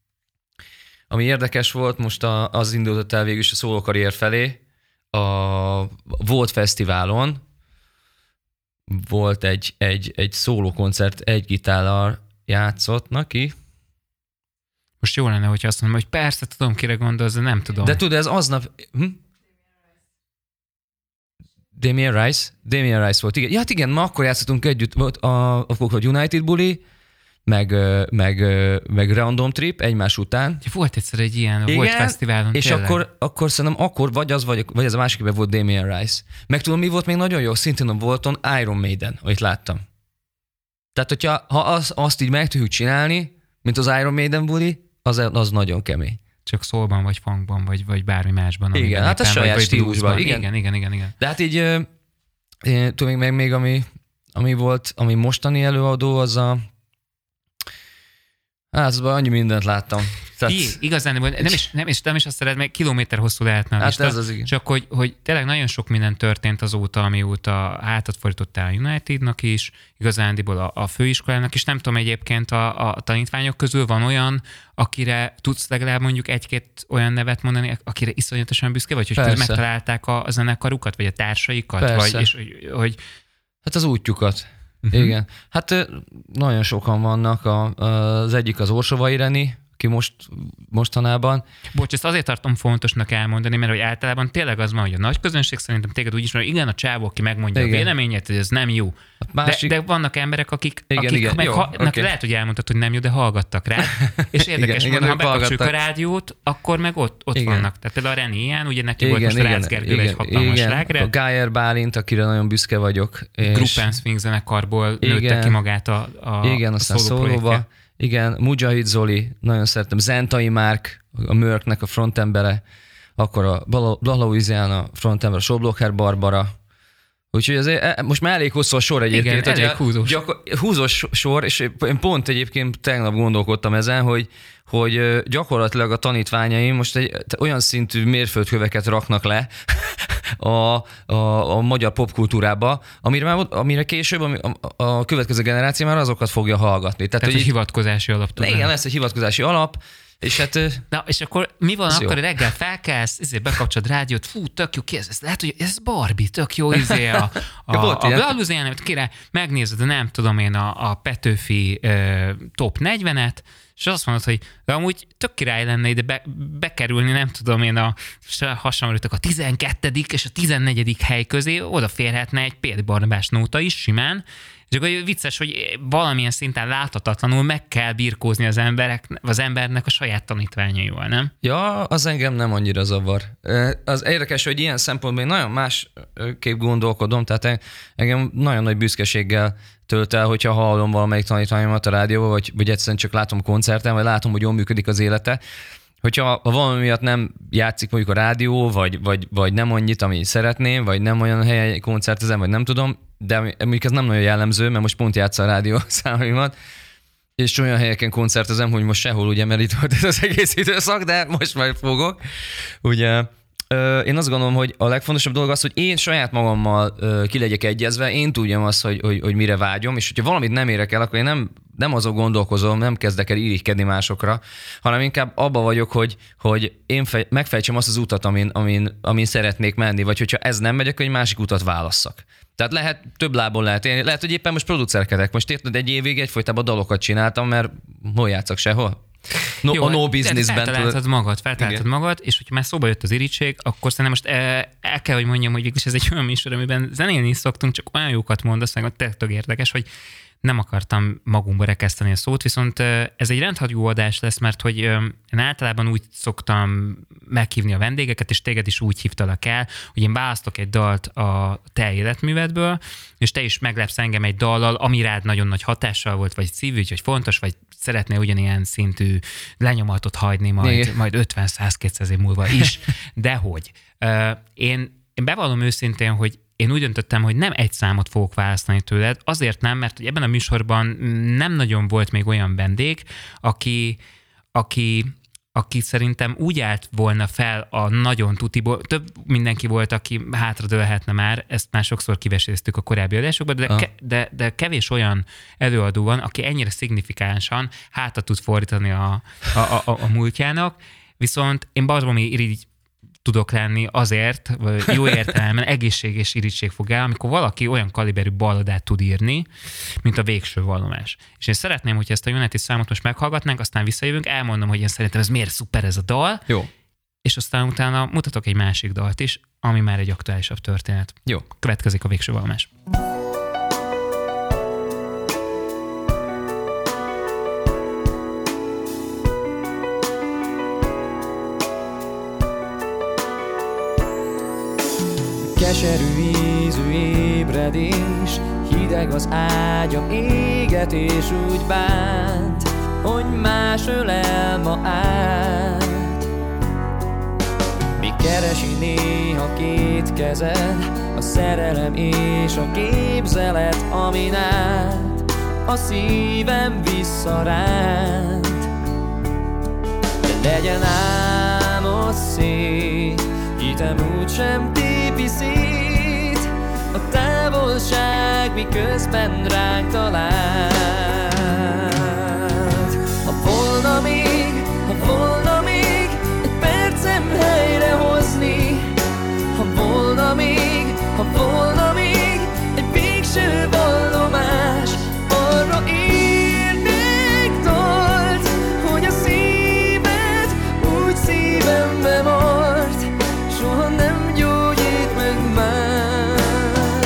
[SPEAKER 3] Ami érdekes volt, most a, az indultott el végül is a szólókarrier felé, a Volt Fesztiválon volt egy, egy, egy szólókoncert, egy gitállal játszott neki.
[SPEAKER 2] Most jó lenne, hogyha azt mondom, hogy persze tudom, kire gondolsz, de nem tudom.
[SPEAKER 3] De tudod, ez aznap... Hm? Damien Rice? Damien Rice volt, igen. Ja, hát igen, ma akkor játszottunk együtt, volt a, a, a United Bully, meg, meg, meg Random Trip egymás után.
[SPEAKER 2] Volt egyszer egy ilyen, igen, volt fesztiválon.
[SPEAKER 3] És akkor, akkor szerintem akkor vagy az, vagy, vagy az a másikben volt Damien Rice. Meg tudom, mi volt még nagyon jó? Szintén a Bolton Iron Maiden, amit láttam. Tehát, hogyha ha az, azt így meg tudjuk csinálni, mint az Iron Maiden buli, az, az nagyon kemény.
[SPEAKER 2] Csak szólban, vagy funkban, vagy, vagy bármi másban.
[SPEAKER 3] Igen, hát a saját stílusban.
[SPEAKER 2] Igen. igen, igen, igen, igen.
[SPEAKER 3] De hát így, én, tudom még, még ami, ami volt, ami mostani előadó, az a Hát, azban annyi mindent láttam. Tehát...
[SPEAKER 2] I, igazán nem is, nem, is, nem is azt szeretem, mert kilométer hosszú lehetne a lista.
[SPEAKER 3] Hát ez az igen.
[SPEAKER 2] Csak hogy, hogy tényleg nagyon sok minden történt azóta, amióta hátat fordítottál a Unitednak is, igazándiból a, a főiskolának is. Nem tudom, egyébként a, a tanítványok közül van olyan, akire tudsz legalább mondjuk egy-két olyan nevet mondani, akire iszonyatosan büszke vagy, hogy
[SPEAKER 3] Persze.
[SPEAKER 2] megtalálták a, a zenekarukat, vagy a társaikat,
[SPEAKER 3] Persze.
[SPEAKER 2] vagy és hogy, hogy...
[SPEAKER 3] Hát az útjukat.
[SPEAKER 2] Uh-huh.
[SPEAKER 3] Igen. Hát nagyon sokan vannak. A, az egyik az Orsova Ireni, ki most, mostanában.
[SPEAKER 2] Bocs, ezt azért tartom fontosnak elmondani, mert hogy általában tényleg az van, hogy a nagy közönség szerintem téged úgy is, hogy igen, a csávó, aki megmondja igen. a véleményét, hogy ez nem jó. Másik... De, de vannak emberek, akik,
[SPEAKER 3] igen,
[SPEAKER 2] akik
[SPEAKER 3] igen.
[SPEAKER 2] meg
[SPEAKER 3] Jó,
[SPEAKER 2] ha,
[SPEAKER 3] okay.
[SPEAKER 2] lehet, hogy elmondtad, hogy nem jó, de hallgattak rá. És érdekes
[SPEAKER 3] igen,
[SPEAKER 2] módon, ha
[SPEAKER 3] igen,
[SPEAKER 2] bekapcsoljuk a rádiót, akkor meg ott, ott vannak. Tehát például a Reni ilyen, ugye neki igen, volt most
[SPEAKER 3] igen,
[SPEAKER 2] Rácz Gergővel egy hatalmas slágre.
[SPEAKER 3] A Gájer Bálint, akire nagyon büszke vagyok. És...
[SPEAKER 2] Gruppen Swing zenekarból nőtte ki magát a, a
[SPEAKER 3] igen,
[SPEAKER 2] a
[SPEAKER 3] szólóba. Igen, Mujahid Zoli, nagyon szeretem. Zentai Márk, a Mörknek a frontembere, akkor a Blahauizián a frontember, a Soblocher Barbara. Úgyhogy azért, most már elég hosszú a sor egyébként.
[SPEAKER 2] Igen, elég húzós.
[SPEAKER 3] Gyakor, húzós sor, és én pont egyébként tegnap gondolkodtam ezen, hogy, hogy gyakorlatilag a tanítványaim most egy olyan szintű mérföldköveket raknak le a, a, a magyar popkultúrába, amire, már, amire később a, a következő generáció már azokat fogja hallgatni.
[SPEAKER 2] Tehát, Tehát hogy hivatkozási alap tud.
[SPEAKER 3] Igen, lesz egy hivatkozási alap, és hát...
[SPEAKER 2] Na, és akkor mi van akkor,
[SPEAKER 3] jó.
[SPEAKER 2] reggel felkelsz, ezért bekapcsolod rádiót, fú, tök jó, ki ez? ez lehet, hogy ez Barbie, tök jó, izé a, a, a, a Galluzián, kire megnézed, nem tudom én, a, a Petőfi uh, top negyvenet, és azt mondod, hogy de amúgy tök király lenne ide be, bekerülni, nem tudom én, a hasonlítok a tizenkettedik és a tizennegyedik hely közé, oda férhetne egy Péter Barnabás nóta is simán, és akkor vicces, hogy valamilyen szinten láthatatlanul meg kell birkózni az emberek, az embernek a saját tanítványaival, nem?
[SPEAKER 3] Ja, az engem nem annyira zavar. Az érdekes, hogy ilyen szempontból én nagyon másképp gondolkodom, tehát engem nagyon nagy büszkeséggel tölt el, hogyha hallom valamelyik tanítványomat a rádióban, vagy, vagy egyszerűen csak látom koncerten, vagy látom, hogy jól működik az élete. Hogyha valami miatt nem játszik mondjuk a rádió, vagy, vagy, vagy nem annyit, amit szeretném, vagy nem olyan helyen koncertezem, vagy nem tudom, de mondjuk ez nem nagyon jellemző, mert most pont játsza a rádió számaimat, és olyan helyeken koncertezem, hogy most sehol, ugye, mert itt volt ez az egész időszak, de most majd fogok. Ugye, én azt gondolom, hogy a legfontosabb dolog az, hogy én saját magammal ki legyek egyezve, én tudjam azt, hogy, hogy, hogy mire vágyom, és hogyha valamit nem érek el, akkor én nem, nem azon gondolkozom, nem kezdek el irigykedni másokra, hanem inkább abba vagyok, hogy, hogy én fej, megfejtsem azt az utat, amin, amin, amin szeretnék menni, vagy hogyha ez nem megy, akkor egy másik utat válasszak. Tehát lehet, több lábon lehet élni. Lehet, hogy éppen most producerkedek. Most érted, egy évig egyfolytában dalokat csináltam, mert hol játszak sehol? No, Jó, a no businessben.
[SPEAKER 2] Feltaláltad magad, feltaláltad magad, és hogyha már szóba jött az irigység, akkor szerintem most el kell, hogy mondjam, hogy végülis ez egy olyan műsor, amiben zenélni is szoktunk, csak olyan jókat mondasz, meg tényleg tök érdekes, hogy nem akartam magunkba rekeszteni a szót, viszont ez egy rendhagyó adás lesz, mert hogy én általában úgy szoktam meghívni a vendégeket, és téged is úgy hívtalak el, hogy én választok egy dalt a te életművedből, és te is meglepsz engem egy dallal, ami rád nagyon nagy hatással volt, vagy szívügy, vagy fontos, vagy szeretnél ugyanilyen szintű lenyomatot hagyni majd, majd ötven-száz-kétszáz év múlva is. Dehogy. Én, én bevallom őszintén, hogy én úgy döntöttem, hogy nem egy számot fogok választani tőled, azért nem, mert ebben a műsorban nem nagyon volt még olyan vendég, aki, aki, aki szerintem úgy állt volna fel a nagyon tutiból, több mindenki volt, aki hátradőlhetne már, ezt már sokszor kiveséztük a korábbi adásokban, de, ke, de, de kevés olyan előadó van, aki ennyire szignifikánsan hátat tud fordítani a, a, a, a múltjának, viszont én baromi irigy tudok lenni azért, vagy jó értelemben egészség és irigység fog el, amikor valaki olyan kaliberű balladát tud írni, mint a Végső vallomás. És én szeretném, hogy ezt a United számot most meghallgatnánk, aztán visszajövünk, elmondom, hogy én szerintem ez miért szuper ez a dal,
[SPEAKER 3] jó.
[SPEAKER 2] És aztán utána mutatok egy másik dalt is, ami már egy aktuálisabb történet.
[SPEAKER 3] Jó.
[SPEAKER 2] Következik a Végső vallomás.
[SPEAKER 4] Keserű ízű ébredés, hideg az ágyam, égetés úgy bánt, hogy más ölel ma át. Míg keresi néha két kezed, a szerelem és a képzelet, amin át a szívem visszaránt. De legyen álmod szép, hitem úgysem tépi szét, a távolság miközben ránk talált. Ha volna még, ha volna még egy percem helyrehozni, ha volna még, ha volna még egy végső vallomás, arra írnék dalt, hogy a szíved úgy szívembe mart, soha nem gyógyít meg más.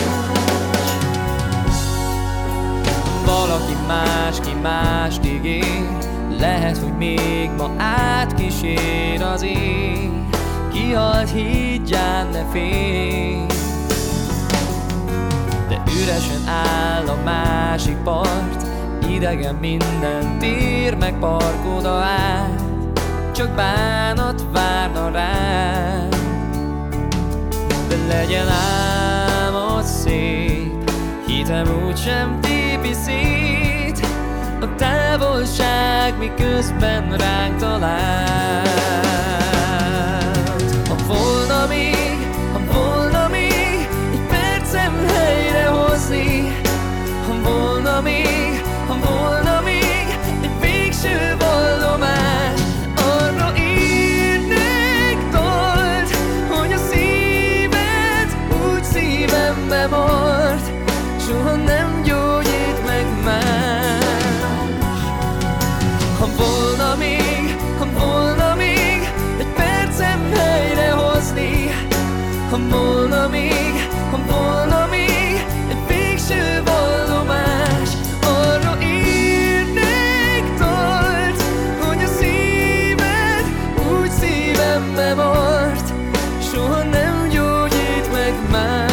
[SPEAKER 4] Valaki más, ki mást ígér, lehet, hogy még ma átkísér az ég. Kihalt higgyán, ne félj, de üresen áll a másik part, idegen minden tér meg park oda áll, csak bánat várna rá. De legyen álmod szép, hitem úgysem tépi szét, a távolság miközben ránk talált. Ha volna még, ha volna még egy percem helyrehozni, ha volna még, ha volna még egy végső vallomás, arra írnék dalt, hogy a szíved úgy szívembe mart, soha nem gyógyít meg más. Ha volna még, ha volna még egy percem helyrehozni, ha volna még, ha volna még egy végső vallomás, arra írnék dalt, hogy a szíved úgy szívembe mart, soha nem gyógyít meg más.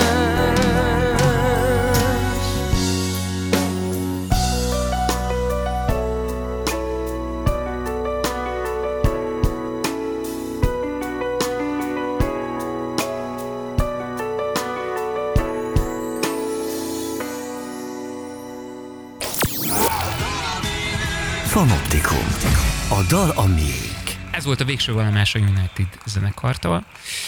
[SPEAKER 1] Fanoptikum. A dal a miénk.
[SPEAKER 2] Ez volt a végső vallomás a United zenekartól,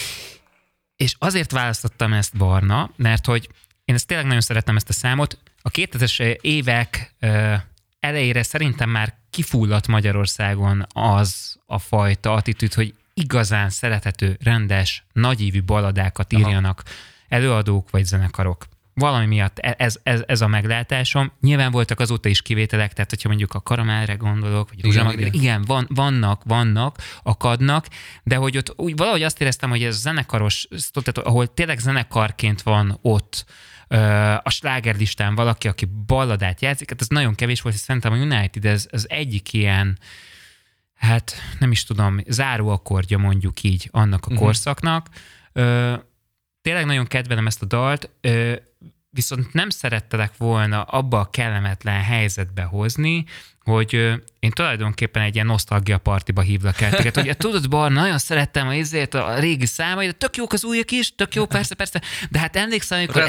[SPEAKER 2] és azért választottam ezt, Barna, mert hogy én ezt tényleg nagyon szeretem, ezt a számot. A kétezres évek elejére szerintem már kifulladt Magyarországon az a fajta attitűd, hogy igazán szerethető, rendes, nagyívű balladákat írjanak előadók vagy zenekarok. Valami miatt ez, ez, ez a meglátásom. Nyilván voltak azóta is kivételek, tehát hogyha mondjuk a Karamelre gondolok, vagy Rózsa Magda, igen, igen van, vannak, vannak, akadnak, de hogy ott úgy valahogy azt éreztem, hogy ez zenekaros, tehát ahol tényleg zenekarként van ott a slágerlistán valaki, aki balladát játszik, hát ez nagyon kevés volt, és szerintem a United ez, ez egyik ilyen, hát nem is tudom, záróakkordja mondjuk így annak a uh-huh. korszaknak. Tényleg nagyon kedvelem ezt a dalt, viszont nem szerettelek volna abba a kellemetlen helyzetbe hozni, hogy én tulajdonképpen egy ilyen nosztalgia partiba hívlak el téged, hogy tudod, Barna, nagyon szerettem a izét, a régi számai, de tök jók az újak is, tök jó, persze, persze, de hát emlékszem, amikor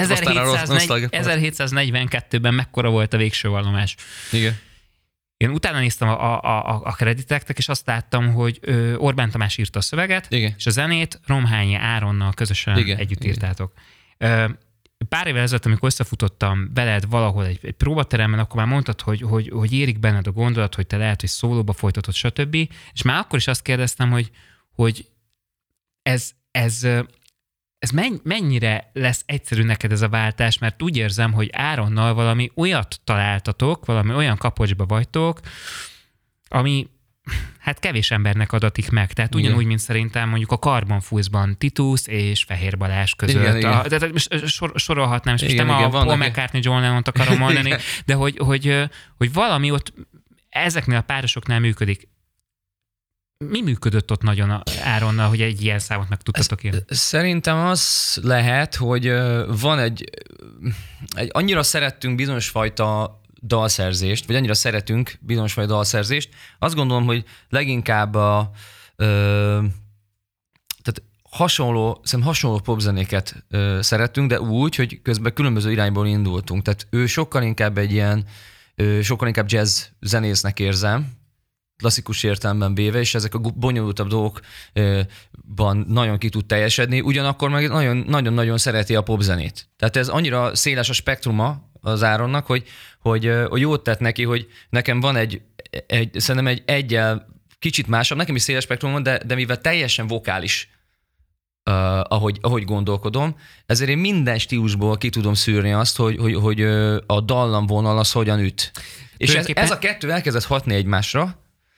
[SPEAKER 2] ezerhétszáznegyvenkettőben mekkora volt a végső vallomás. Igen. Én utána néztem a, a, a krediteknek, és azt láttam, hogy Orbán Tamás írta a szöveget, igen, és a zenét Romhányi Áronnal közösen igen, együtt írtátok. Pár évvel ezelőtt, amikor összefutottam veled valahol egy, egy próbateremben, akkor már mondtad, hogy, hogy, hogy érik benned a gondolat, hogy te lehet, hogy szólóba folytatod, stb. És már akkor is azt kérdeztem, hogy, hogy ez, ez, ez mennyire lesz egyszerű neked ez a váltás, mert úgy érzem, hogy Áronnal valami olyat találtatok, valami olyan kapocsba vagytok, ami hát kevés embernek adatik meg. Tehát ugyanúgy, igen, mint szerintem mondjuk a Carbon Fools-ban Titus és Fehér Balázs között. Igen, a, igen. De sor, sorolhatnám, és most nem a Paul McCartney, John Lennont akarom mondani, de hogy, hogy, hogy valami ott ezeknél a párosoknál működik. Mi működött ott nagyon Áronnal, hogy egy ilyen számot meg tudtatok írni?
[SPEAKER 3] Szerintem az lehet, hogy van egy, egy annyira szerettünk bizonyos fajta dalszerzést, vagy annyira szeretünk bizonyos fajta dalszerzést, azt gondolom, hogy leginkább a, ö, tehát hasonló, szerintem hasonló popzenéket ö, szeretünk, de úgy, hogy közben különböző irányból indultunk. Tehát ő sokkal inkább egy ilyen, ö, sokkal inkább jazz zenésznek érzem, klasszikus értelemben véve, és ezek a bonyolultabb dolgokban nagyon ki tud teljesedni, ugyanakkor meg nagyon-nagyon szereti a popzenét. Tehát ez annyira széles a spektruma az Áronnak, hogy, hogy, hogy jót tett neki, hogy nekem van egy, egy szerintem egy egyel kicsit másabb, nekem is széles spektrumon, de, de mivel teljesen vokális, uh, ahogy, ahogy gondolkodom, ezért én minden stílusból ki tudom szűrni azt, hogy, hogy, hogy a dallamvonal az hogyan üt. És ez, ez a kettő elkezdett hatni egymásra,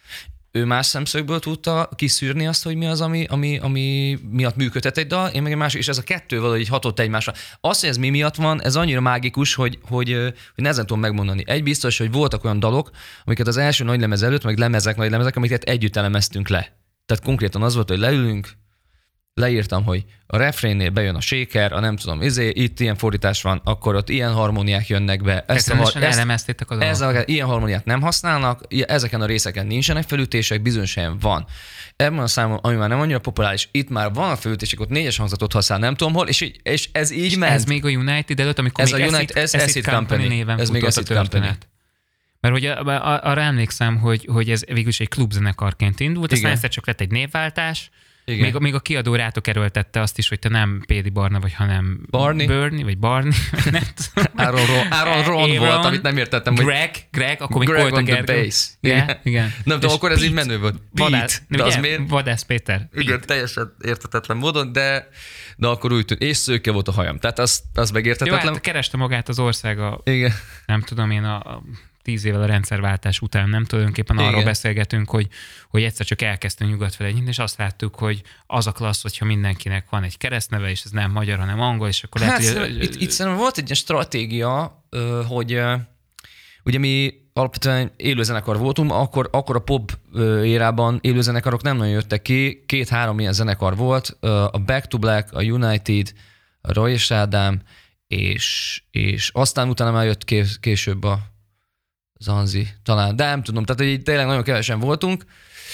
[SPEAKER 3] ő más szemszögből tudta kiszűrni azt, hogy mi az, ami, ami, ami miatt működhet egy dal, én meg egy másik, és ez a kettő valahogy hatott egymásra. Az, hogy ez mi miatt van, ez annyira mágikus, hogy, hogy, hogy nehezen tudom megmondani. Egy biztos, hogy voltak olyan dalok, amiket az első nagy lemez előtt, meg lemezek, nagy lemezek, amiket együtt elemeztünk le. Tehát konkrétan az volt, hogy leülünk, leírtam, hogy a refrénnél bejön a shaker, a nem tudom, izé, itt ilyen fordítás van, akkor ott ilyen harmóniák jönnek be.
[SPEAKER 2] Ezt a, har- elemeztétek a
[SPEAKER 3] ez a, ilyen harmóniát nem használnak, ezeken a részeken nincsenek felütések, bizonyos helyen van. Ebben a számon, ami már nem annyira populáris, itt már van a felütések, ott négyes hangzatot használ, nem tudom hol, és, és ez így és ment.
[SPEAKER 2] Ez még a United előtt, amikor
[SPEAKER 3] ez
[SPEAKER 2] még
[SPEAKER 3] a United,
[SPEAKER 2] Acid,
[SPEAKER 3] ez
[SPEAKER 2] Acid
[SPEAKER 3] Acid Company,
[SPEAKER 2] Company néven
[SPEAKER 3] ez még Acid Company.
[SPEAKER 2] Mert hogy arra emlékszem, hogy, hogy ez végülis egy klubzenekarként indult, aztán egyszer csak lett egy névváltás. Még, még a kiadó rátok erőltette azt is, hogy te nem Pédi Barna vagy, hanem
[SPEAKER 3] Barney,
[SPEAKER 2] Bernie, vagy Barney.
[SPEAKER 3] Aaron Ron, Aaron Ron volt, amit nem értettem. Hogy
[SPEAKER 2] Greg, Greg, akkor még
[SPEAKER 3] Greg
[SPEAKER 2] volt a Gergő.
[SPEAKER 3] Bass.
[SPEAKER 2] Igen, igen.
[SPEAKER 3] Nem tudom, akkor ez így menő volt.
[SPEAKER 2] Vadász,
[SPEAKER 3] de az miért?
[SPEAKER 2] Vadász Péter.
[SPEAKER 3] Igen, teljesen értetetlen módon, de, de akkor úgy tűnt. És szőke volt a hajam. Tehát az, az megértetetlen.
[SPEAKER 2] Jó, hát kereste magát az ország a,
[SPEAKER 3] igen.
[SPEAKER 2] nem tudom én, a, a tíz évvel a rendszerváltás után, nem tulajdonképpen arról igen. beszélgetünk, hogy, hogy egyszer csak elkezdtünk nyugat felé nyitni, és azt láttuk, hogy az a klassz, hogyha mindenkinek van egy keresztneve, és ez nem magyar, hanem angol, és akkor
[SPEAKER 3] hát,
[SPEAKER 2] lehet, hogy...
[SPEAKER 3] Itt, itt szerintem volt egy ilyen stratégia, hogy ugye mi alapvetően élőzenekar voltunk, akkor, akkor a pop érában élőzenekarok nem nagyon jöttek ki, két-három ilyen zenekar volt, a Back to Black, a United, a Roy és Ádám, és, és aztán utána már jött később a Zanzi, talán, de nem tudom, tehát így tényleg nagyon kevesen voltunk,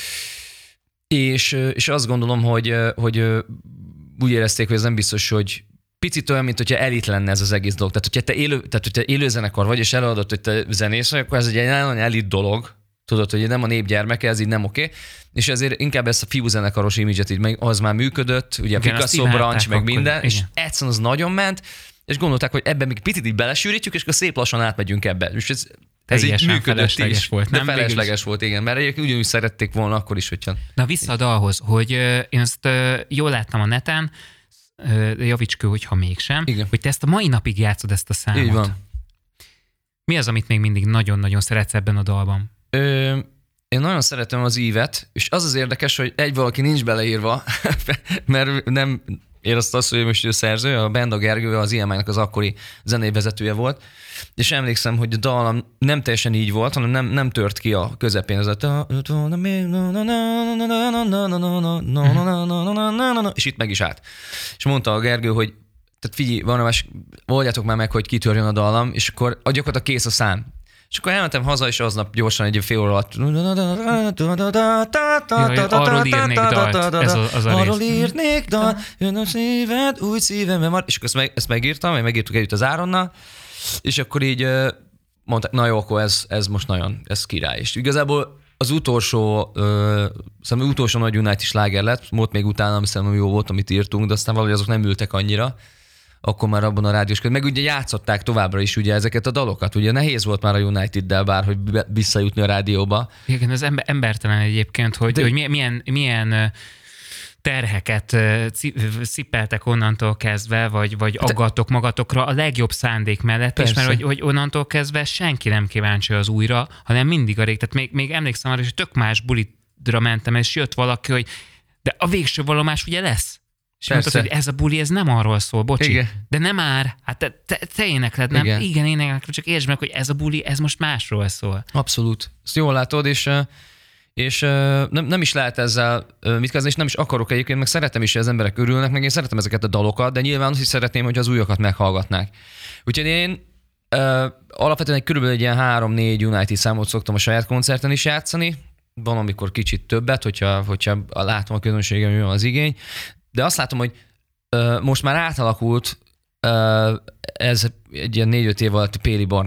[SPEAKER 3] és, és azt gondolom, hogy, hogy úgy érezték, hogy ez nem biztos, hogy picit olyan, mint hogyha elit lenne ez az egész dolog. Tehát, hogyha te élő, tehát, hogyha élőzenekar vagy, és előadott, hogy te zenész vagy, akkor ez egy nagyon elit dolog, tudod, hogy nem a népgyermeke, ez így nem oké, okay. És ezért inkább ezt a fiúzenekaros imidzset így, meg az már működött, ugye igen, a Picasso branch, meg akkor, minden, igen. És egyszerűen az nagyon ment, és gondolták, hogy ebben még picit így belesűrítjük, és akkor szép lassan átmegyünk ebbe. És ez, ez így működött is.
[SPEAKER 2] Volt,
[SPEAKER 3] de nem? felesleges volt, igen, mert egyébként ugyanúgy szerették volna akkor is, hogyha...
[SPEAKER 2] Na vissza a dalhoz, hogy uh, én ezt uh, jól láttam a neten, uh, javicskő, hogyha mégsem, igen. Hogy te ezt a mai napig játszod ezt a számot.
[SPEAKER 3] Így van.
[SPEAKER 2] Mi az, amit még mindig nagyon-nagyon szeretsz ebben a dalban?
[SPEAKER 3] Ö, én nagyon szeretem az ívet, és az az érdekes, hogy egy valaki nincs beleírva, mert nem... Érezte azt, hogy most ő szerző, a Benda Gergő az i em i-nak az akkori zenévezetője volt, és emlékszem, hogy a dallam nem teljesen így volt, hanem nem, nem tört ki a közepén. Ez a... És itt meg is állt. És mondta a Gergő, hogy tehát figyelj, van, oldjátok már meg, hogy kitörjön a dallam, és akkor gyakorlatilag kész a szám. És akkor elmentem haza, és aznap gyorsan egy fél óra alatt...
[SPEAKER 2] Arról írnék dalt, ez az a rész.
[SPEAKER 3] Arról írnék dalt, jön a szíved, úgy szívemben van. És akkor ezt, meg, ezt megírtam, meg megírtuk együtt az Áronnal, és akkor így mondták, na jó, akkor ez, ez most nagyon, ez király. És igazából az utolsó, szerintem utolsó nagy United sláger lett, volt még utána, ami szerintem jó volt, amit írtunk, de aztán valahogy azok nem ültek annyira. Akkor már abban a rádiós közben. Meg ugye játszották továbbra is ugye ezeket a dalokat. Ugye nehéz volt már a United-del bárhogy visszajutni a rádióba.
[SPEAKER 2] Igen, az ember, embertelen egyébként, hogy, De... hogy milyen, milyen terheket cipeltek onnantól kezdve, vagy, vagy
[SPEAKER 3] De...
[SPEAKER 2] aggattok magatokra a legjobb szándék mellett, Persze. és mert hogy, hogy onnantól kezdve senki nem kíváncsi az újra, hanem mindig a rég. Tehát még, még emlékszem arra, hogy tök más bulitra mentem, és jött valaki, hogy de a végső valomás ugye lesz. És mondtad, hogy ez a buli, ez nem arról szól, bocsi. Igen. De nem már, hát te, te, te énekled, nem? Igen, Igen énekled, csak értsd meg, hogy ez a buli, ez most másról szól.
[SPEAKER 3] Abszolút. Ezt jól látod, és, és nem, nem is lehet ezzel mit kezdeni, és nem is akarok egyébként, meg szeretem is, hogy az emberek örülnek, meg én szeretem ezeket a dalokat, de nyilván azt is szeretném, hogy az újakat meghallgatnák. Úgyhogy én uh, alapvetően egy körülbelül egy ilyen három-négy United számot szoktam a saját koncerten is játszani, van, amikor kicsit többet, hogyha, hogyha látom a közönségem, hogy az igény. De azt látom, hogy uh, most már átalakult uh, ez egy ilyen négy-öt év alatt Péli Barna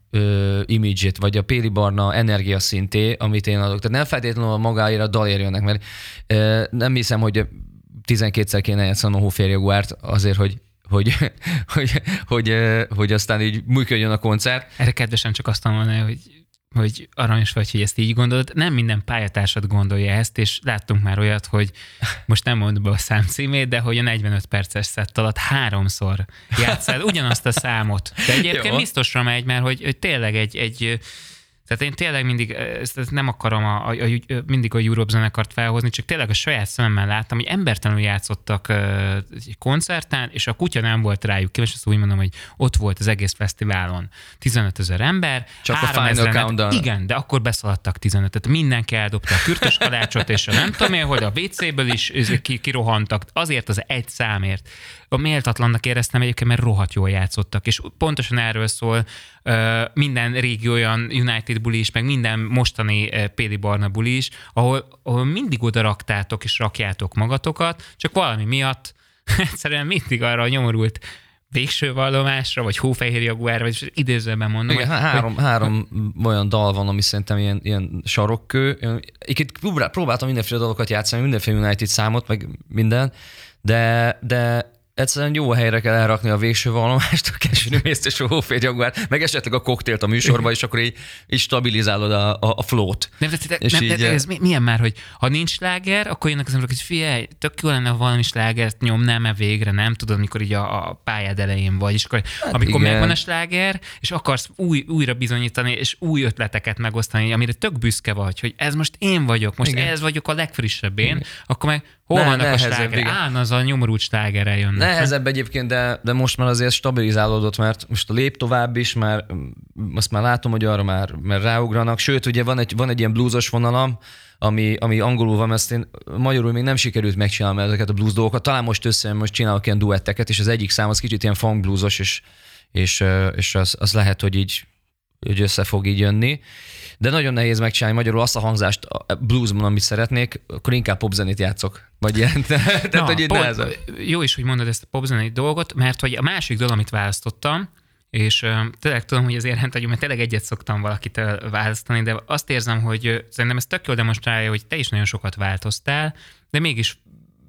[SPEAKER 3] ö, image-ét, vagy a Péli Barna energiaszinté, amit én adok. Tehát nem feltétlenül a magáért a dalért jönnek, mert ö, nem hiszem, hogy tizenkétszer kéne játszanom a Hófehér Jaguárt azért, hogy Hogy, hogy, hogy, hogy aztán így működjön a koncert.
[SPEAKER 2] Erre kedvesen csak azt mondani, hogy, hogy aranyos vagy, hogy ezt így gondolod. Nem minden pályatársad gondolja ezt, és láttunk már olyat, hogy most nem mondom be a szám címét, de hogy a negyvenöt perces szett alatt háromszor játszál ugyanazt a számot. De egyébként biztosra megy, mert hogy, hogy tényleg egy, egy tehát én tényleg mindig, ezt nem akarom a, a, a, mindig a Europe zenekart felhozni, csak tényleg a saját szememmel láttam, hogy embertelenül játszottak uh, egy koncerten, és a kutya nem volt rájuk kíváncsi, azt úgy mondom, hogy ott volt az egész fesztiválon tizenötezer ember.
[SPEAKER 3] Csak a Final Countdown.
[SPEAKER 2] Igen, de akkor beszaladtak tizenötöt. Mindenki eldobta a kürtös kalácsot, és a nem tudom én, hogy a vé céből is kirohantak, azért az egy számért. A méltatlannak éreztem egyébként, mert rohadt jól játszottak, és pontosan erről szól uh, minden régi olyan United buli is, meg minden mostani uh, Péli Barna buli is, ahol, ahol mindig oda raktátok és rakjátok magatokat, csak valami miatt egyszerűen mindig arra a nyomorult végső vallomásra, vagy Hófehér Jaguár, vagy idézőben mondom.
[SPEAKER 3] Igen,
[SPEAKER 2] hogy,
[SPEAKER 3] három,
[SPEAKER 2] hogy...
[SPEAKER 3] három olyan dal van, ami szerintem ilyen, ilyen sarokkő. Én próbáltam mindenféle dalokat játszani, mindenféle United számot, meg minden, de, de egyszerűen jó helyre kell elrakni a végső vallomást, a Keserűmészt és a Hófehér Jaguárt, meg esetleg a koktélt a műsorba, és akkor így, így stabilizálod a, a, a flót.
[SPEAKER 2] Nem, de, de, nem, így, de ez milyen már, hogy ha nincs sláger, akkor jönnek az emberek, hogy figyelj, tök jó lenne, ha valami slágert nyomnál-e végre, nem tudod, amikor így a, a pályád elején vagy, és akkor, hát amikor igen. megvan a sláger, és akarsz új, újra bizonyítani, és új ötleteket megosztani, amire tök büszke vagy, hogy ez most én vagyok, most igen. ez vagyok a legfrissebb én, igen. akkor meg hol ne, vannak a sláger? Állna az a nyomorult slágerrel jönnek.
[SPEAKER 3] Nehezebb egyébként, de, de most már azért stabilizálódott, mert most a lép tovább is, már azt már látom, hogy arra már, már ráugranak. Sőt, ugye van egy, van egy ilyen bluesos vonalam, ami, ami angolul van, ezt én magyarul még nem sikerült megcsinálni ezeket a blues dolgokat. Talán most össze, most csinálok ilyen duetteket, és az egyik szám az kicsit ilyen funk bluesos, és, és, és az, az lehet, hogy így hogy össze fog így jönni. De nagyon nehéz megcsinálni magyarul azt a hangzást a bluesban, amit szeretnék, akkor inkább popzenét játszok. Vagy ilyen. Tehát,
[SPEAKER 2] Na,
[SPEAKER 3] hogy
[SPEAKER 2] pont, jó is, hogy mondod ezt a popzenei dolgot, mert hogy a másik dolog, amit választottam, és uh, tényleg tudom, hogy azért rendhagyom, mert tényleg egyet szoktam valakit választani, de azt érzem, hogy uh, szerintem ez tök jól demonstrálja, hogy te is nagyon sokat változtál, de mégis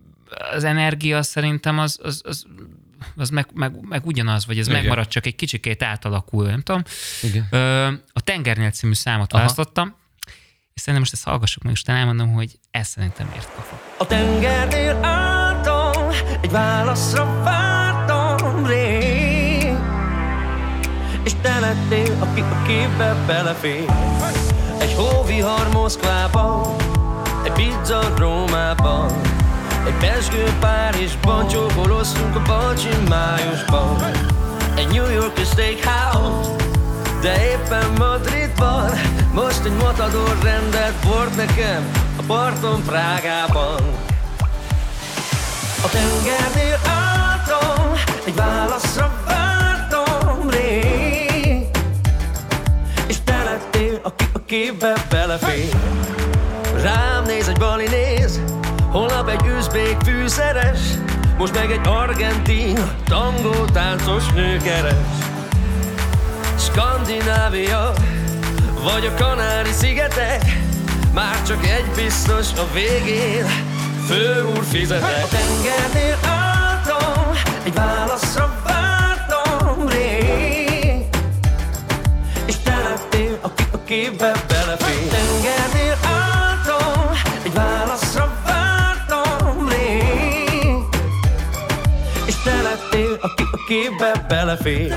[SPEAKER 2] az energia szerintem az, az, az az meg, meg, meg ugyanaz, vagy ez igen. megmarad, csak egy kicsikét átalakul, nem tudom. Igen. Ö, a Tengernél című számot Aha. választottam, és szerintem most ezt hallgassuk meg, és utána elmondom, hogy ez szerintem miért kapok.
[SPEAKER 4] A tengernél álltam, egy válaszra vártam rég, és te lettél, aki a képbe belefér. Egy hóvihar Moszkvában, egy pizza Rómában, egy pezsgő Párizsban, csókoloztunk a Balcsi májusban. Egy New York steakhouse, de éppen Madridban. Most egy matador rendelt bort nekem a parton Prágában. A tengernél álltam, egy válaszra vártam rég, és te lettél, aki a képbe belefér. Rám néz egy bali néz, holnap egy üzbék fűszeres, most meg egy argentin tangó táncos nő keres. Skandinávia vagy a Kanári-szigetek, már csak egy biztos a végén, főúr fizetek. A tengernél álltam, egy válaszra vártam rég, és te lettél, aki a képbe belefér. A tengernél álltam, egy válaszra vártam rég, és te lettél, aki a képbe belefér.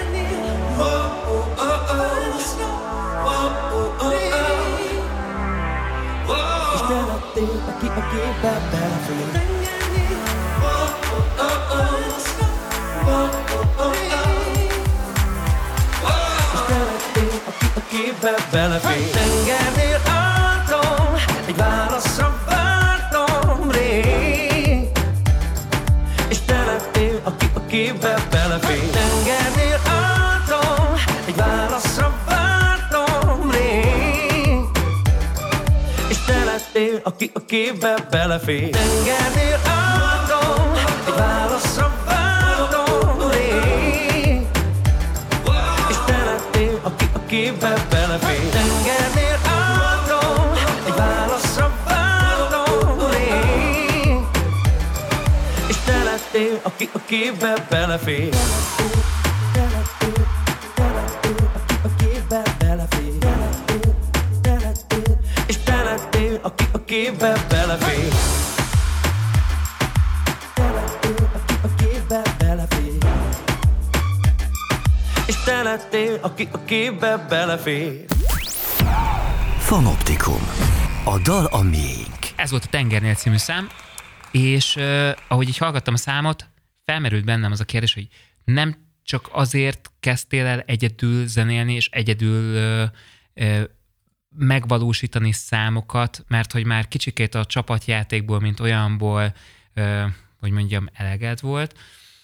[SPEAKER 4] Aki a képbe belefér. És te lettél, aki a képbe belefér. Tengernél álltam, egy válaszra vártam rég, és te lettél, aki a képbe belefér. Tengernél álltam, egy válaszra vártam rég, és te lettél, aki a képbe belefér. Tengernél álltam, egy válaszra vártam rég, és te lettél, aki a képbe belefér. A képbe belefér. És te lettél, aki a képbe belefér. A képbe belefér. És te lettél, aki a képbe belefér.
[SPEAKER 1] Fanoptikum. A dal a miénk.
[SPEAKER 2] Ez volt a Tengernél című szám, és uh, ahogy így hallgattam a számot, felmerült bennem az a kérdés, hogy nem csak azért kezdtél el egyedül zenélni, és egyedül uh, uh, megvalósítani számokat, mert hogy már kicsikét a csapatjátékból, mint olyanból, uh, hogy mondjam, eleged volt,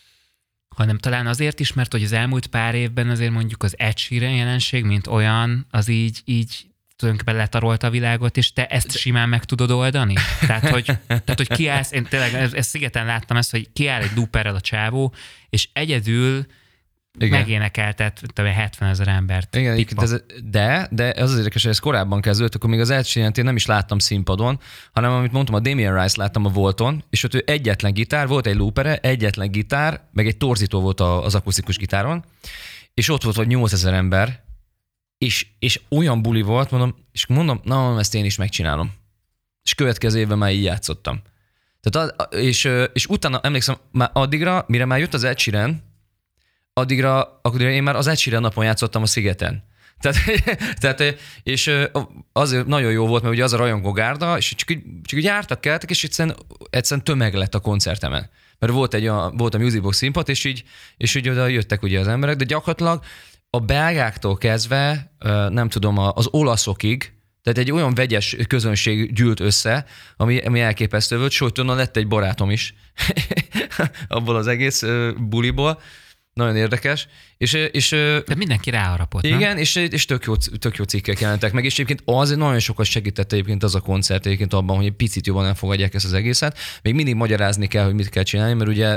[SPEAKER 2] hanem talán azért is, mert hogy az elmúlt pár évben azért mondjuk az Ed Sheeran jelenség, mint olyan, az így, így tulajdonképpen letarolta a világot, és te ezt simán meg tudod oldani? Tehát, hogy, tehát, hogy kiállsz, én tényleg ezt szigeten láttam ezt, hogy kiáll egy looperrel a csávó, és egyedül igen. megénekeltet hetven ezer embert.
[SPEAKER 3] Igen, ez, de, de az az érdekes, hogy ez korábban kezdődött, akkor még az Ed Sheerant én nem is láttam színpadon, hanem amit mondtam, a Damien Rice láttam a Volton, és ott ő egyetlen gitár, volt egy loopere, egyetlen gitár, meg egy torzító volt az akusztikus gitáron, és ott volt vagy nyolcezer ember, És, és olyan buli volt, mondom, és mondom, na, ezt én is megcsinálom. És következő évben már így játszottam. Tehát az, és, és utána emlékszem, már addigra, mire már jött az Ed Sheeran, addigra, akkor én már az Ed Sheeran napon játszottam a Szigeten. Tehát, tehát, és azért nagyon jó volt, mert ugye az a rajongó gárda, és csak, csak úgy jártak, keltek, és egyszerűen, egyszerűen tömeg lett a koncertemen. Mert volt, egy, volt a Music Box színpad, és így, és így oda jöttek ugye az emberek, de gyakorlatilag a belgáktól kezdve, nem tudom, az olaszokig, tehát egy olyan vegyes közönség gyűlt össze, ami, ami elképesztő volt, sőt, onnan lett egy barátom is abból az egész buliból. Nagyon érdekes. És, és,
[SPEAKER 2] de mindenki ráharapott,
[SPEAKER 3] igen,
[SPEAKER 2] nem?
[SPEAKER 3] és, és tök, jó, tök jó cikkek jelentek meg, és egyébként az nagyon sokat segített egyébként az a koncert egyébként abban, hogy egy picit jobban elfogadják ezt az egészet. Még mindig magyarázni kell, hogy mit kell csinálni, mert ugye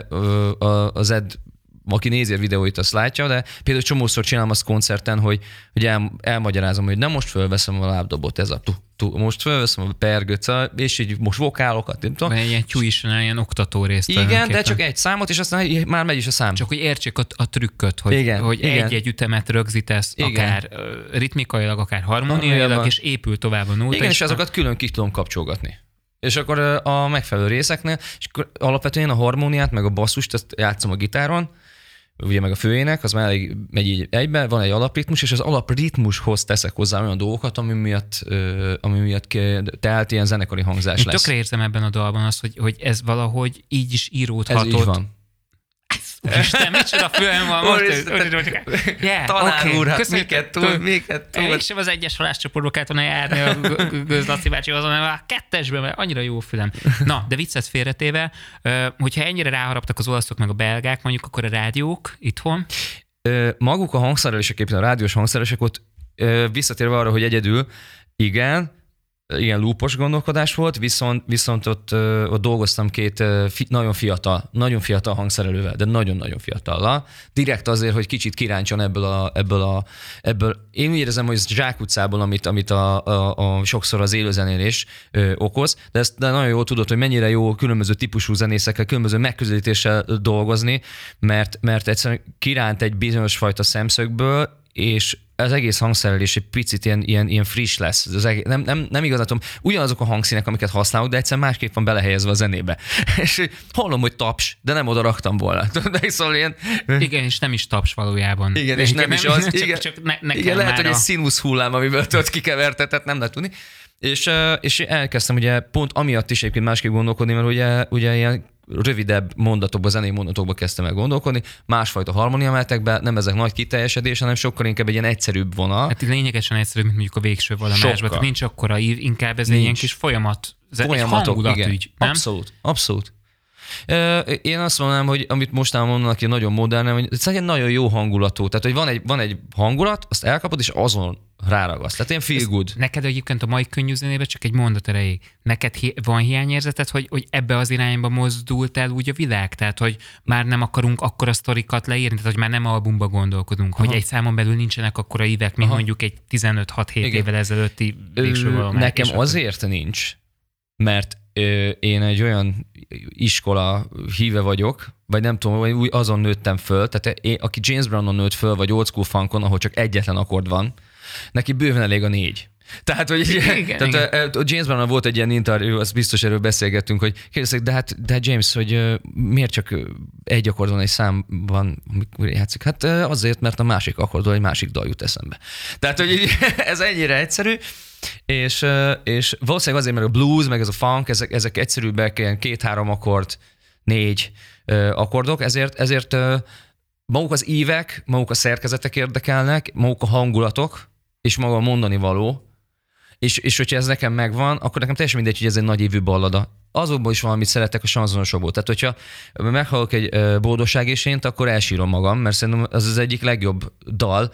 [SPEAKER 3] az Ed, aki nézi a videóit, azt látja, de például csomószor csinálom azt koncerten, hogy, hogy el, elmagyarázom, hogy nem most fölveszem a lábdobot, ez a tu, tu, most fölveszem a pergőt, és így most vokálokat, nem tudom.
[SPEAKER 2] Van egy ilyen tuition, ilyen oktató részt.
[SPEAKER 3] Igen, de csak egy számot, és aztán már megy is a szám.
[SPEAKER 2] Csak hogy értsék a, a trükköt, hogy,
[SPEAKER 3] igen,
[SPEAKER 2] hogy
[SPEAKER 3] igen.
[SPEAKER 2] egy-egy ütemet rögzítesz, igen. akár ritmikailag, akár harmóniailag,
[SPEAKER 3] igen.
[SPEAKER 2] és épül tovább a nóta.
[SPEAKER 3] Igen, és azokat külön ki tudom kapcsolgatni. És akkor a megfelelő részeknél, és akkor alapvetően a harmóniát, meg a basszust, azt játszom a gitáron, ugye meg a főének, az már elég megy így egybe, van egy alapritmus, és az alapritmushoz teszek hozzá olyan dolgokat, ami miatt, ami miatt tehát ilyen zenekari hangzás
[SPEAKER 2] Én
[SPEAKER 3] lesz.
[SPEAKER 2] Tökre érzem ebben a dalban azt, hogy, hogy ez valahogy így is íródhatott.
[SPEAKER 3] Ez így van.
[SPEAKER 2] Úristen, micsoda fülem van most? Yeah,
[SPEAKER 3] Tanár
[SPEAKER 2] okay.
[SPEAKER 3] úr, hát
[SPEAKER 2] Köszönjük,
[SPEAKER 3] miket tud, miket tud.
[SPEAKER 2] Én sem az egyes haláscsoportba kellett volna járni a Gőzlaci bácsihoz, hanem a kettesben, mert annyira jó fülem. Na, de viccet félretéve, hogyha ennyire ráharaptak az olaszok meg a belgák, mondjuk akkor a rádiók itthon?
[SPEAKER 3] Maguk a hangszerelések, éppen a rádiós hangszerelések ott visszatérve arra, hogy egyedül, igen, ilyen lúpos gondolkodás volt, viszont, viszont ott, ott dolgoztam két fi, nagyon fiatal, nagyon fiatal hangszerelővel, de nagyon-nagyon fiatallal. Direkt azért, hogy kicsit kiráncson ebből a, ebből a, ebből, én úgy érzem, hogy ez zsákutcából, amit, amit a, a, a, sokszor az élőzenélés ö, okoz, de ezt de nagyon jól tudod, hogy mennyire jó különböző típusú zenészekkel, különböző megközelítéssel dolgozni, mert, mert egyszerűen kiránt egy bizonyos fajta szemszögből, és az egész hangszerelés egy picit ilyen, ilyen, ilyen friss lesz. Az egész, nem, nem, nem igazán tudom, ugyanazok a hangszínek, amiket használok, de egyszer másképp van belehelyezve a zenébe. És hallom, hogy taps, de nem oda raktam volna. De szóval ilyen...
[SPEAKER 2] Igen, és nem is taps valójában.
[SPEAKER 3] Igen, és nem, nem is az.
[SPEAKER 2] Csak,
[SPEAKER 3] igen,
[SPEAKER 2] csak ne, ne
[SPEAKER 3] igen lehet, hogy
[SPEAKER 2] a...
[SPEAKER 3] egy színusz hullám, amiből tudod kikevertetett, nem lehet tudni. És, és elkezdtem ugye pont amiatt is egyébként másképp gondolkodni, mert ugye, ugye ilyen rövidebb mondatokba, zenei mondatokba kezdtem el gondolkodni, másfajta harmóniamenetekbe, nem ezek nagy kiteljesedés, hanem sokkal inkább egy ilyen egyszerűbb vonal.
[SPEAKER 2] Hát lényegesen egyszerűbb, mint mondjuk a végső valamásban. Tehát nincs akkora ív, inkább ez nincs. Egy ilyen kis folyamat,
[SPEAKER 3] Folyamatok,
[SPEAKER 2] hangulatügy, nem?
[SPEAKER 3] Abszolút, abszolút. Én azt mondanám, hogy amit mostán mondanak, hogy nagyon modern, hogy ez egy nagyon jó hangulatú. Tehát, hogy van egy, van egy hangulat, azt elkapod, és azon ráragaszt. Tehát ilyen feel good.
[SPEAKER 2] Neked egyébként a mai könnyű zenében csak egy mondat erejéig. Neked hi- van hiányérzeted, hogy, hogy ebbe az irányba mozdult el úgy a világ? Tehát, hogy már nem akarunk akkora sztorikat leírni, tehát, hogy már nem albumba gondolkodunk, aha. hogy egy számon belül nincsenek akkora ívek, mint aha. mondjuk egy tizenöt hat hét évvel ezelőtti végső valamelyik.
[SPEAKER 3] Nekem azért nincs, mert én egy olyan iskola híve vagyok, vagy nem tudom, vagy úgy azon nőttem föl, tehát én, aki James Brownon nőtt föl, vagy old school funkon, ahol csak egyetlen akkord van, neki bőven elég a négy. Tehát, hogy igen, tehát igen. A James Brown volt egy ilyen interjú, azt biztos erről beszélgettünk, hogy kérdeztek, de hát, de hát James, hogy miért csak egy akkord van egy számban, amikor játszik? Hát azért, mert a másik akkordról egy másik dal jut eszembe. Tehát, hogy ez ennyire egyszerű, és, és valószínűleg azért, mert a blues, meg ez a funk, ezek, ezek egyszerűbbek, ilyen két-három akkord, négy akkordok, ezért, ezért maguk az ívek, maguk a szerkezetek érdekelnek, maguk a hangulatok, és maga a mondani való, és, és hogyha ez nekem megvan, akkor nekem teljesen mindegy, hogy ez egy nagy évű ballada. Azokból is valamit szeretek a sanzonosokból. Tehát, hogyha meghallok egy Boldogság és ént, akkor elsírom magam, mert szerintem az az egyik legjobb dal,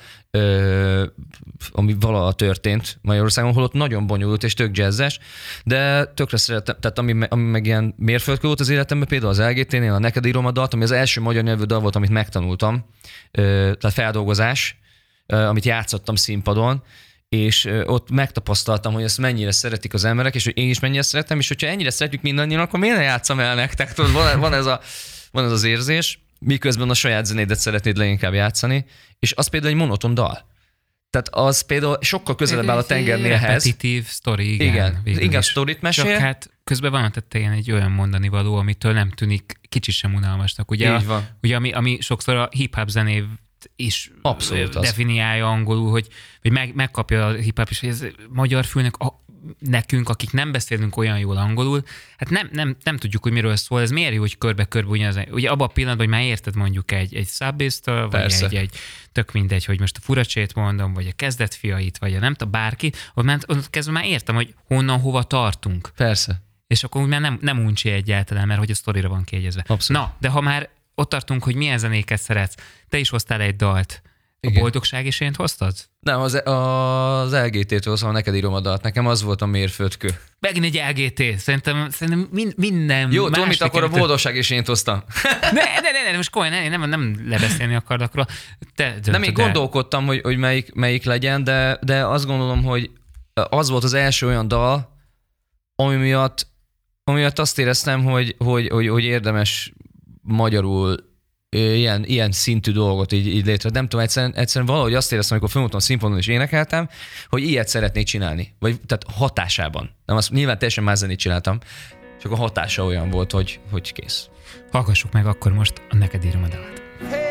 [SPEAKER 3] ami valaha történt Magyarországon, holott nagyon bonyolult és tök jazzes, de tökre szeretem, tehát ami, ami meg ilyen mérföldkő volt az életemben, például az el gé té-nél a Neked írom a dalt, ami az első magyar nyelvű dal volt, amit megtanultam, tehát feldolgozás, amit játszottam színpadon, és ott megtapasztaltam, hogy ezt mennyire szeretik az emberek, és hogy én is mennyire szeretem, és hogyha ennyire szeretjük mindannyian, akkor miért ne játszam el nektek? Tudod, van, van, ez a, van ez az érzés, miközben a saját zenédet szeretnéd leginkább játszani, és az például egy monoton dal. Tehát az például sokkal közelebb áll a tengernélhez.
[SPEAKER 2] Repetitív sztori, igen.
[SPEAKER 3] Igen, igen sztorit mesél.
[SPEAKER 2] Csak hát közben van a tetején egy olyan mondani való, amitől nem tűnik kicsit sem unalmasnak. Ugye,
[SPEAKER 3] így van.
[SPEAKER 2] Ugye ami, ami sokszor a hip-hop zenév és
[SPEAKER 3] abszolút
[SPEAKER 2] definiálja angolul, hogy, hogy meg, megkapja a hip-hop is, hogy ez magyar fülnek, a, nekünk, akik nem beszélünk olyan jól angolul, hát nem, nem, nem tudjuk, hogy miről szól, ez miért jó, hogy körbe-körbe ugyanaz. Ugye abban a pillanatban, hogy már érted mondjuk egy, egy Subbase-től, vagy egy, egy, tök mindegy, hogy most a Furacsét mondom, vagy a Kezdetfiait, vagy a nem tudom, bárkit, ott kezdve már értem, hogy honnan, hova tartunk.
[SPEAKER 3] Persze.
[SPEAKER 2] És akkor úgy már nem, nem uncsi egyáltalán, mert hogy a sztorira van kiegyezve.
[SPEAKER 3] Abszolút.
[SPEAKER 2] Na, de ha már ott tartunk, hogy milyen zenéket szeretsz. Te is hoztál egy dalt. A
[SPEAKER 3] igen.
[SPEAKER 2] Boldogság és ént hoztad?
[SPEAKER 3] Nem, az, az el gé té-től, szóval Neked írom a dalt. Nekem az volt a mérföldkő.
[SPEAKER 2] Megint egy el gé té. Szerintem, szerintem minden
[SPEAKER 3] jó, tudom, mit akkor a Boldogság és ént hoztam.
[SPEAKER 2] Ne, ne, ne, ne, most komolyan, nem, nem, nem lebeszélni akarok róla. Te
[SPEAKER 3] nem, én gondolkodtam, hogy, hogy melyik, melyik legyen, de, de azt gondolom, hogy az volt az első olyan dal, ami miatt, ami miatt azt éreztem, hogy, hogy, hogy, hogy érdemes magyarul ilyen, ilyen szintű dolgot így, így létre. Nem tudom, egyszerűen, egyszerűen valahogy azt éreztem, amikor fölmondtam a színpadon és énekeltem, hogy ilyet szeretnék csinálni. Vagy tehát hatásában. Nem, azt nyilván teljesen más zenét csináltam, csak a hatása olyan volt, hogy, hogy kész.
[SPEAKER 2] Hallgassuk meg akkor most a Neked írom a dalt.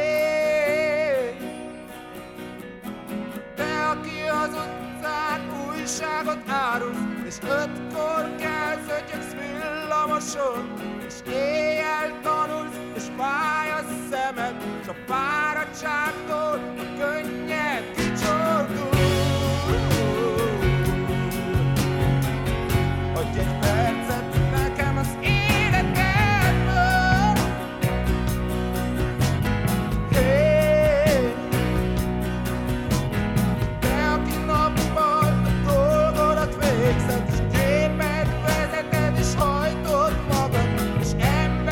[SPEAKER 5] Hey, te, aki az utcán újságot árulsz, és ötkor kelsz, ötyöksz villamoson, és éjjel tanulsz, és fáj a szemed, s a fáradtságtól a könnyed kicsordul. Adj egy percet nekem az életedből. Hey, te, aki nappal a dolgodat végzed, és gépet vezeted, és hajtod magad, és ember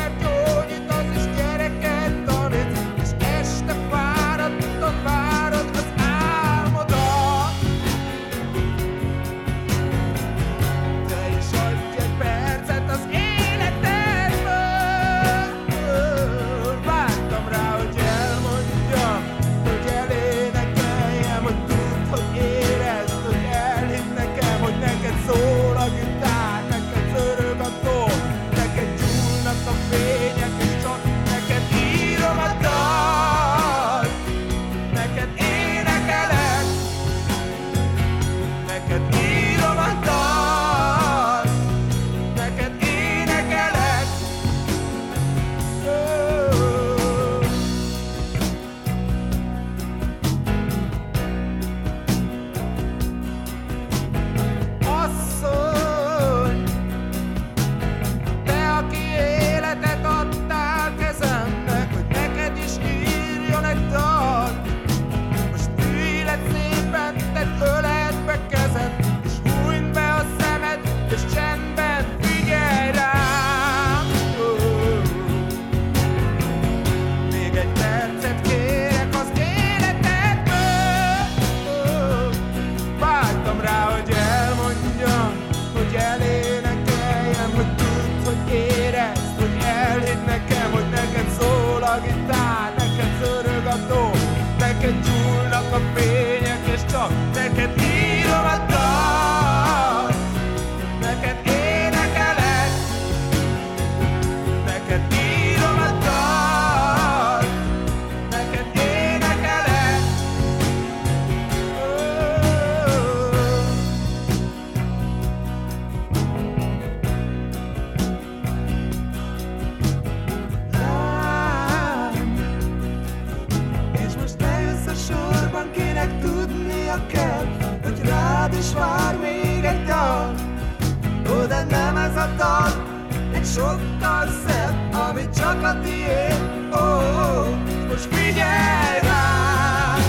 [SPEAKER 5] sokkal szebb, ami csak a tiéd. Ó, oh, oh, most figyelj rám!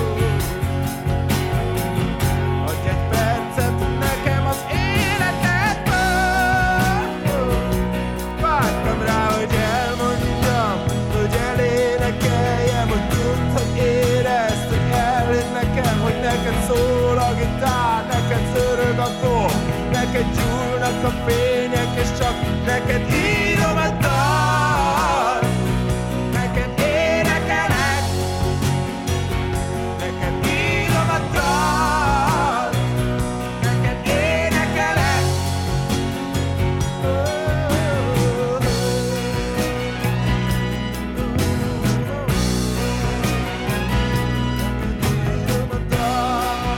[SPEAKER 5] Adj egy percet nekem az életedből. Vártam rá, hogy elmondjam, hogy elénekeljem, hogy tudd, hogy érezd, hogy elhidd nekem, hogy neked szól a gitár, neked zörög a tó, neked gyúlnak a fények, és csak neked írom a dal. Neked énekelek, neked írom a dal, neked énekelek. Írom a dal.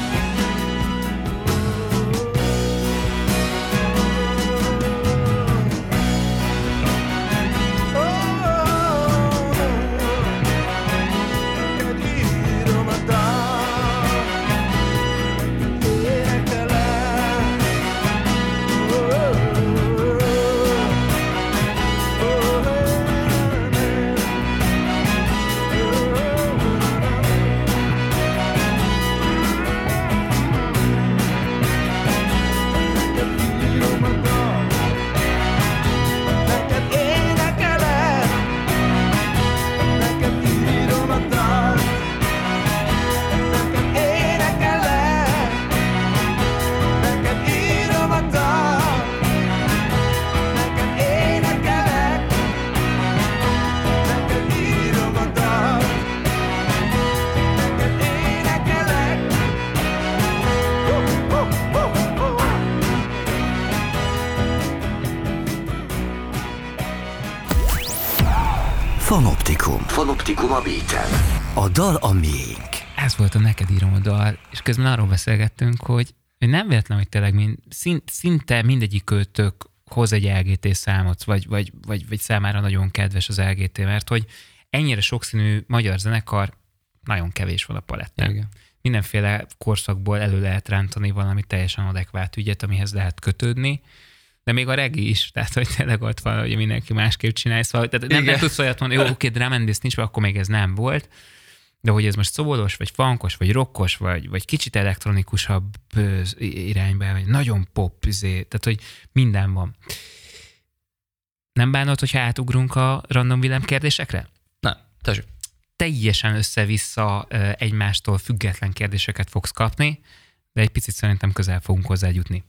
[SPEAKER 1] Fanoptikum. Fanoptikum a Beaten. A dal a miénk.
[SPEAKER 2] Ez volt a Neked írom a dal, és közben arról beszélgettünk, hogy nem véletlen, hogy tényleg mind, szint, szinte mindegyik költök hoz egy el gé té számot, vagy, vagy, vagy, vagy számára nagyon kedves az el gé té, mert hogy ennyire sokszínű magyar zenekar nagyon kevés van a paletten.
[SPEAKER 3] Igen.
[SPEAKER 2] Mindenféle korszakból elő lehet rántani valami teljesen adekvát ügyet, amihez lehet kötődni, de még a regi is, tehát hogy tényleg ott van, hogy mindenki másképp csinálja, szóval tehát nem, nem tudsz olyat mondani, jó, oké, drum and bass nincs, akkor még ez nem volt, de hogy ez most szólos, vagy funkos, vagy rockos, vagy, vagy kicsit elektronikusabb irányba, vagy nagyon pop, tehát hogy minden van. Nem bánod, hogyha átugrunk a random villám kérdésekre?
[SPEAKER 3] Nem, tessék.
[SPEAKER 2] Teljesen össze-vissza egymástól független kérdéseket fogsz kapni, de egy picit szerintem közel fogunk hozzá jutni.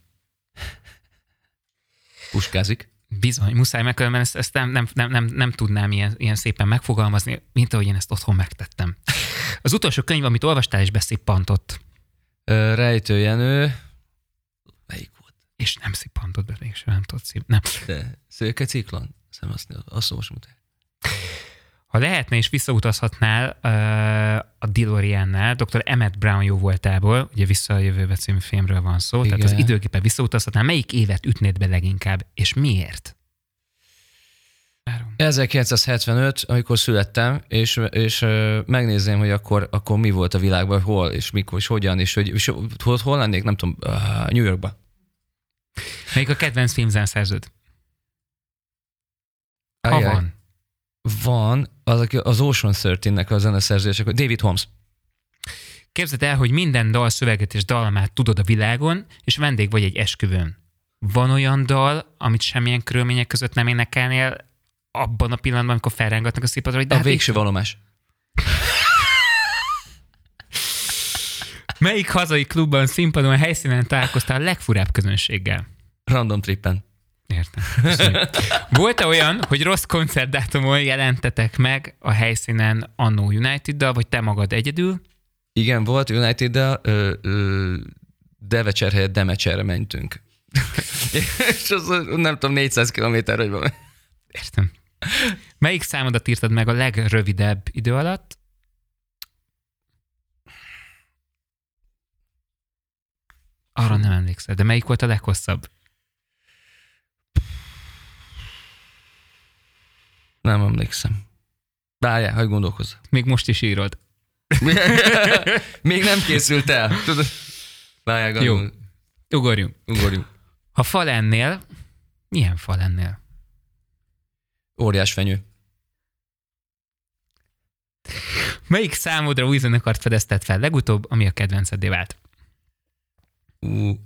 [SPEAKER 3] Puskázik.
[SPEAKER 2] Bizony, muszáj, mert különben ezt, ezt nem, nem, nem, nem, nem tudnám ilyen, ilyen szépen megfogalmazni, mint ahogy én ezt otthon megtettem. Az utolsó könyv, amit olvastál és beszippantott.
[SPEAKER 3] Ö, Rejtő Jenő. Melyik volt?
[SPEAKER 2] És nem szippantott be, mégsem nem tudod szép. Nem.
[SPEAKER 3] De Szőke Ciklon. Szem azt, azt most mutatja.
[SPEAKER 2] Ha lehetne és visszautazhatnál uh, a DeLorean-nál, doktor Emmett Brown jó voltából, ugye Vissza a jövőbe című filmről van szó, igen. Tehát az időképpen visszautazhatnál, melyik évet ütnéd be leginkább, és miért? Várom.
[SPEAKER 3] ezerkilencszázhetvenöt, amikor születtem, és, és uh, megnézném, hogy akkor, akkor mi volt a világban, hol, és mikor, és hogyan, és, hogy, és hol, hol lennék, nem tudom, uh, New Yorkban.
[SPEAKER 2] Melyik a kedvenc filmzeneszerződ? Ha
[SPEAKER 3] Ajaj.
[SPEAKER 2] van.
[SPEAKER 3] Van, az, az Ocean tizenhárom-nek a zeneszerzések, David Holmes.
[SPEAKER 2] Képzeld el, hogy minden dal szöveget és dallamát tudod a világon, és vendég vagy egy esküvőn. Van olyan dal, amit semmilyen körülmények között nem énekelnél abban a pillanatban, amikor felrángatnak a színpadra, hogy
[SPEAKER 3] A hát végső valomás.
[SPEAKER 2] Melyik hazai klubban, színpadon, a helyszínen találkoztál a legfurább közönséggel?
[SPEAKER 3] Random trippen.
[SPEAKER 2] Értem. Volt-e olyan, hogy rossz koncertdátumon jelentetek meg a helyszínen annó United-dal, vagy te magad egyedül?
[SPEAKER 3] Igen, volt United-del, Devecser helyett Demecserre mentünk. És az nem tudom, négyszáz kilométer, hogy van.
[SPEAKER 2] Értem. Melyik számodat írtad meg a legrövidebb idő alatt? Arra nem emlékszel, de melyik volt a leghosszabb?
[SPEAKER 3] Nem emlékszem. Várjál, hogy gondolkozz.
[SPEAKER 2] Még most is írod.
[SPEAKER 3] Még nem készült el. Tudod? Várjál,
[SPEAKER 2] Jó, ugorjunk.
[SPEAKER 3] Ugorjunk.
[SPEAKER 2] Ha fa lennél, milyen fa lennél?
[SPEAKER 3] Óriás fenyő.
[SPEAKER 2] Melyik számodra új zenekart fedezted fel legutóbb, ami a kedvenceddé vált?
[SPEAKER 3] Uh,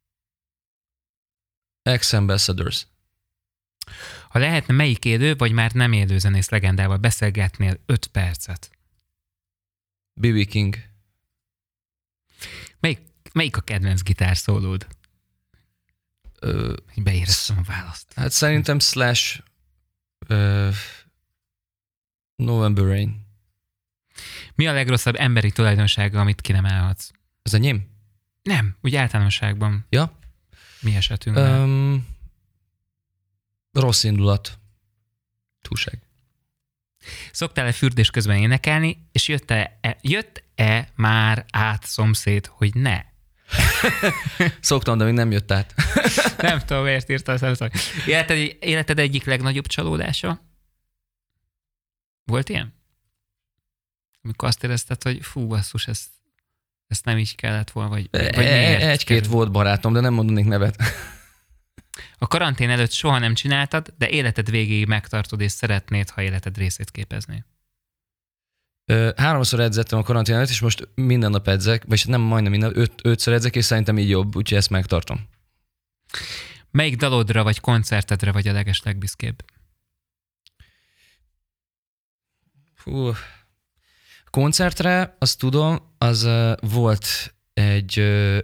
[SPEAKER 3] Ex-Ambassadors.
[SPEAKER 2] Ha lehetne, melyik élő, vagy már nem élő zenész legendával beszélgetnél öt percet?
[SPEAKER 3] bé bé King.
[SPEAKER 2] Melyik, melyik a kedvenc gitárszólód?
[SPEAKER 3] Ö,
[SPEAKER 2] Beéreztem a választ.
[SPEAKER 3] Hát szerintem Slash ö, November Rain.
[SPEAKER 2] Mi a legrosszabb emberi tulajdonsága, amit ki nem állhatsz?
[SPEAKER 3] Ez enyém?
[SPEAKER 2] Nem, úgy általánosságban.
[SPEAKER 3] Ja?
[SPEAKER 2] Mi esetünkben?
[SPEAKER 3] Um, rossz indulat. Túlság.
[SPEAKER 2] Szoktál-e fürdés közben énekelni, és jött-e, jött-e már át szomszéd, hogy ne?
[SPEAKER 3] Szoktam, de még nem jött át.
[SPEAKER 2] Nem tudom, miért írtam a szemszak. Életed, életed egyik legnagyobb csalódása? Volt ilyen? Amikor azt érezted, hogy fú, basszus, ezt, ezt nem így kellett volna, vagy, vagy miért?
[SPEAKER 3] Egy-két
[SPEAKER 2] kerül?
[SPEAKER 3] volt barátom, de nem mondanék nevet.
[SPEAKER 2] A karantén előtt soha nem csináltad, de életed végéig megtartod, és szeretnéd, ha életed részét képezné.
[SPEAKER 3] Ö, háromszor edzettem a karantén előtt, és most minden nap edzek, vagy nem majdnem minden, öt, ötször edzek, és szerintem így jobb, úgyhogy ezt megtartom.
[SPEAKER 2] Melyik dalodra vagy koncertedre vagy a legeslegbüszkébb?
[SPEAKER 3] Hú. Koncertre, azt tudom, az uh, volt egy uh,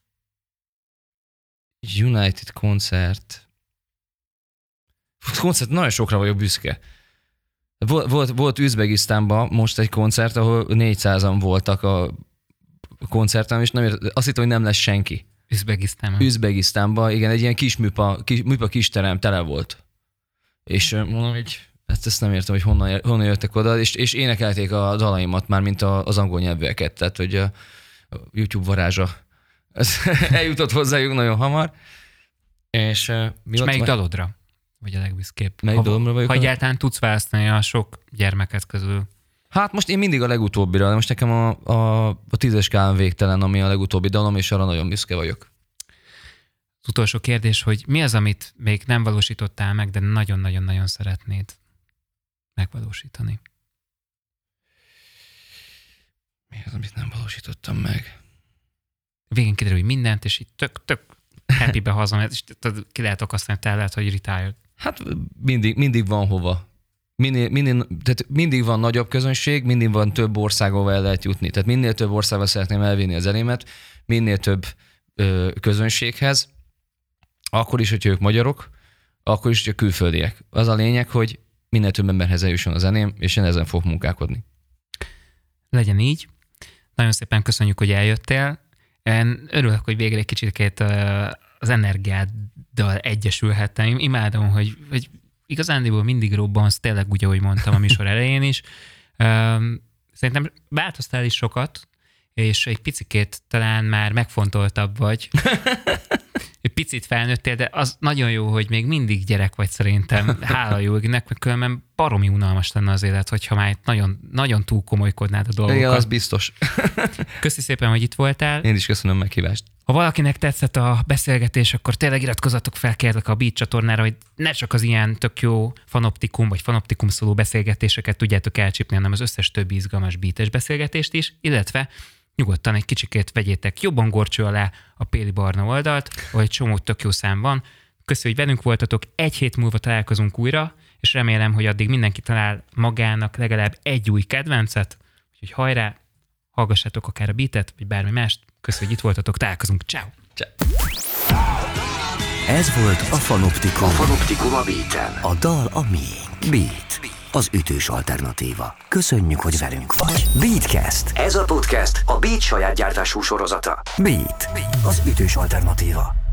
[SPEAKER 3] United koncert. Koncert, nagyon sokra vagyok büszke. Volt, volt, volt Üzbegisztánban most egy koncert, ahol négyszázan voltak a koncerten, és nem ért, azt hittem, hogy nem lesz senki.
[SPEAKER 2] Üzbegisztánban.
[SPEAKER 3] Üzbegisztánban, igen, egy ilyen kis műpa, kis, műpa kisterem tele volt. És uh, mondom, hogy ezt, ezt nem értem, hogy honnan, honnan jöttek oda, és, és énekelték a dalaimat már, mint a, az angol nyelvűeket, tehát hogy a, a YouTube varázsa ez eljutott hozzájuk nagyon hamar. És, uh,
[SPEAKER 2] és melyik van? Dalodra vagy a legbüszkébb?
[SPEAKER 3] Melyik
[SPEAKER 2] ha,
[SPEAKER 3] dalomra vagyok?
[SPEAKER 2] Ha egyáltalán tudsz választani a sok gyermeket közül.
[SPEAKER 3] Hát most én mindig a legutóbbira, de most nekem a, a, a tízes skálán Végtelen, ami a legutóbbi dalom, és arra nagyon büszke vagyok.
[SPEAKER 2] Az utolsó kérdés, hogy mi az, amit még nem valósítottál meg, de nagyon-nagyon-nagyon szeretnéd megvalósítani?
[SPEAKER 3] Mi az, amit nem valósítottam meg?
[SPEAKER 2] Végén kiderül, hogy mindent, és így tök, tök happy-be hazam, és ki lehet akasztani, te lehet, hogy retired.
[SPEAKER 3] Hát mindig, mindig van hova. Minél, minél, tehát mindig van nagyobb közönség, mindig van több országova el lehet jutni. Tehát minél több országba szeretném elvinni az elémet, minél több ö, közönséghez, akkor is, hogyha ők magyarok, akkor is, hogyha külföldiek. Az a lényeg, hogy minél több emberhez eljusson a zeném, és én ezen fogok munkálkodni.
[SPEAKER 2] Legyen így. Nagyon szépen köszönjük, hogy eljöttél. Én örülök, hogy végre egy kicsit az energiáddal egyesülhettem. Én imádom, hogy, hogy igazándiból mindig robbansz, tényleg úgy, ahogy mondtam a műsor elején is. Szerintem változtál is sokat, és egy picikét talán már megfontoltabb vagy. Egy picit felnőttél, de az nagyon jó, hogy még mindig gyerek vagy szerintem. Hála jó égnek, mert különben baromi unalmas lenne az élet, hogyha már nagyon, nagyon túl komolykodnád a dolgokat.
[SPEAKER 3] Igen, az biztos.
[SPEAKER 2] Köszi szépen, hogy itt voltál.
[SPEAKER 3] Én is köszönöm meghívást.
[SPEAKER 2] Ha valakinek tetszett a beszélgetés, akkor tényleg iratkozzatok fel, kérlek a Beat csatornára, hogy ne csak az ilyen tök jó fanoptikum vagy fanoptikum szóló beszélgetéseket tudjátok elcsípni, hanem az összes többi izgalmas beates beszélgetést is, illetve nyugodtan egy kicsikét vegyétek jobban górcső alá a Péli Barna oldalt, ahol egy csomó tök jó szám van. Köszönjük, hogy velünk voltatok, egy hét múlva találkozunk újra, és remélem, hogy addig mindenki talál magának legalább egy új kedvencet, úgyhogy hajrá, hallgassátok akár a beatet, vagy bármi mást. Köszönjük, hogy itt voltatok, találkozunk, ciao.
[SPEAKER 3] Ciao.
[SPEAKER 1] Ez volt a Fanoptikum. A Fanoptikum a Beaten. A dal a miénk. Beat. Az ütős alternatíva. Köszönjük, hogy velünk vagy. Beatcast. Ez a podcast a Beat saját gyártású sorozata. Beat. Az ütős alternatíva.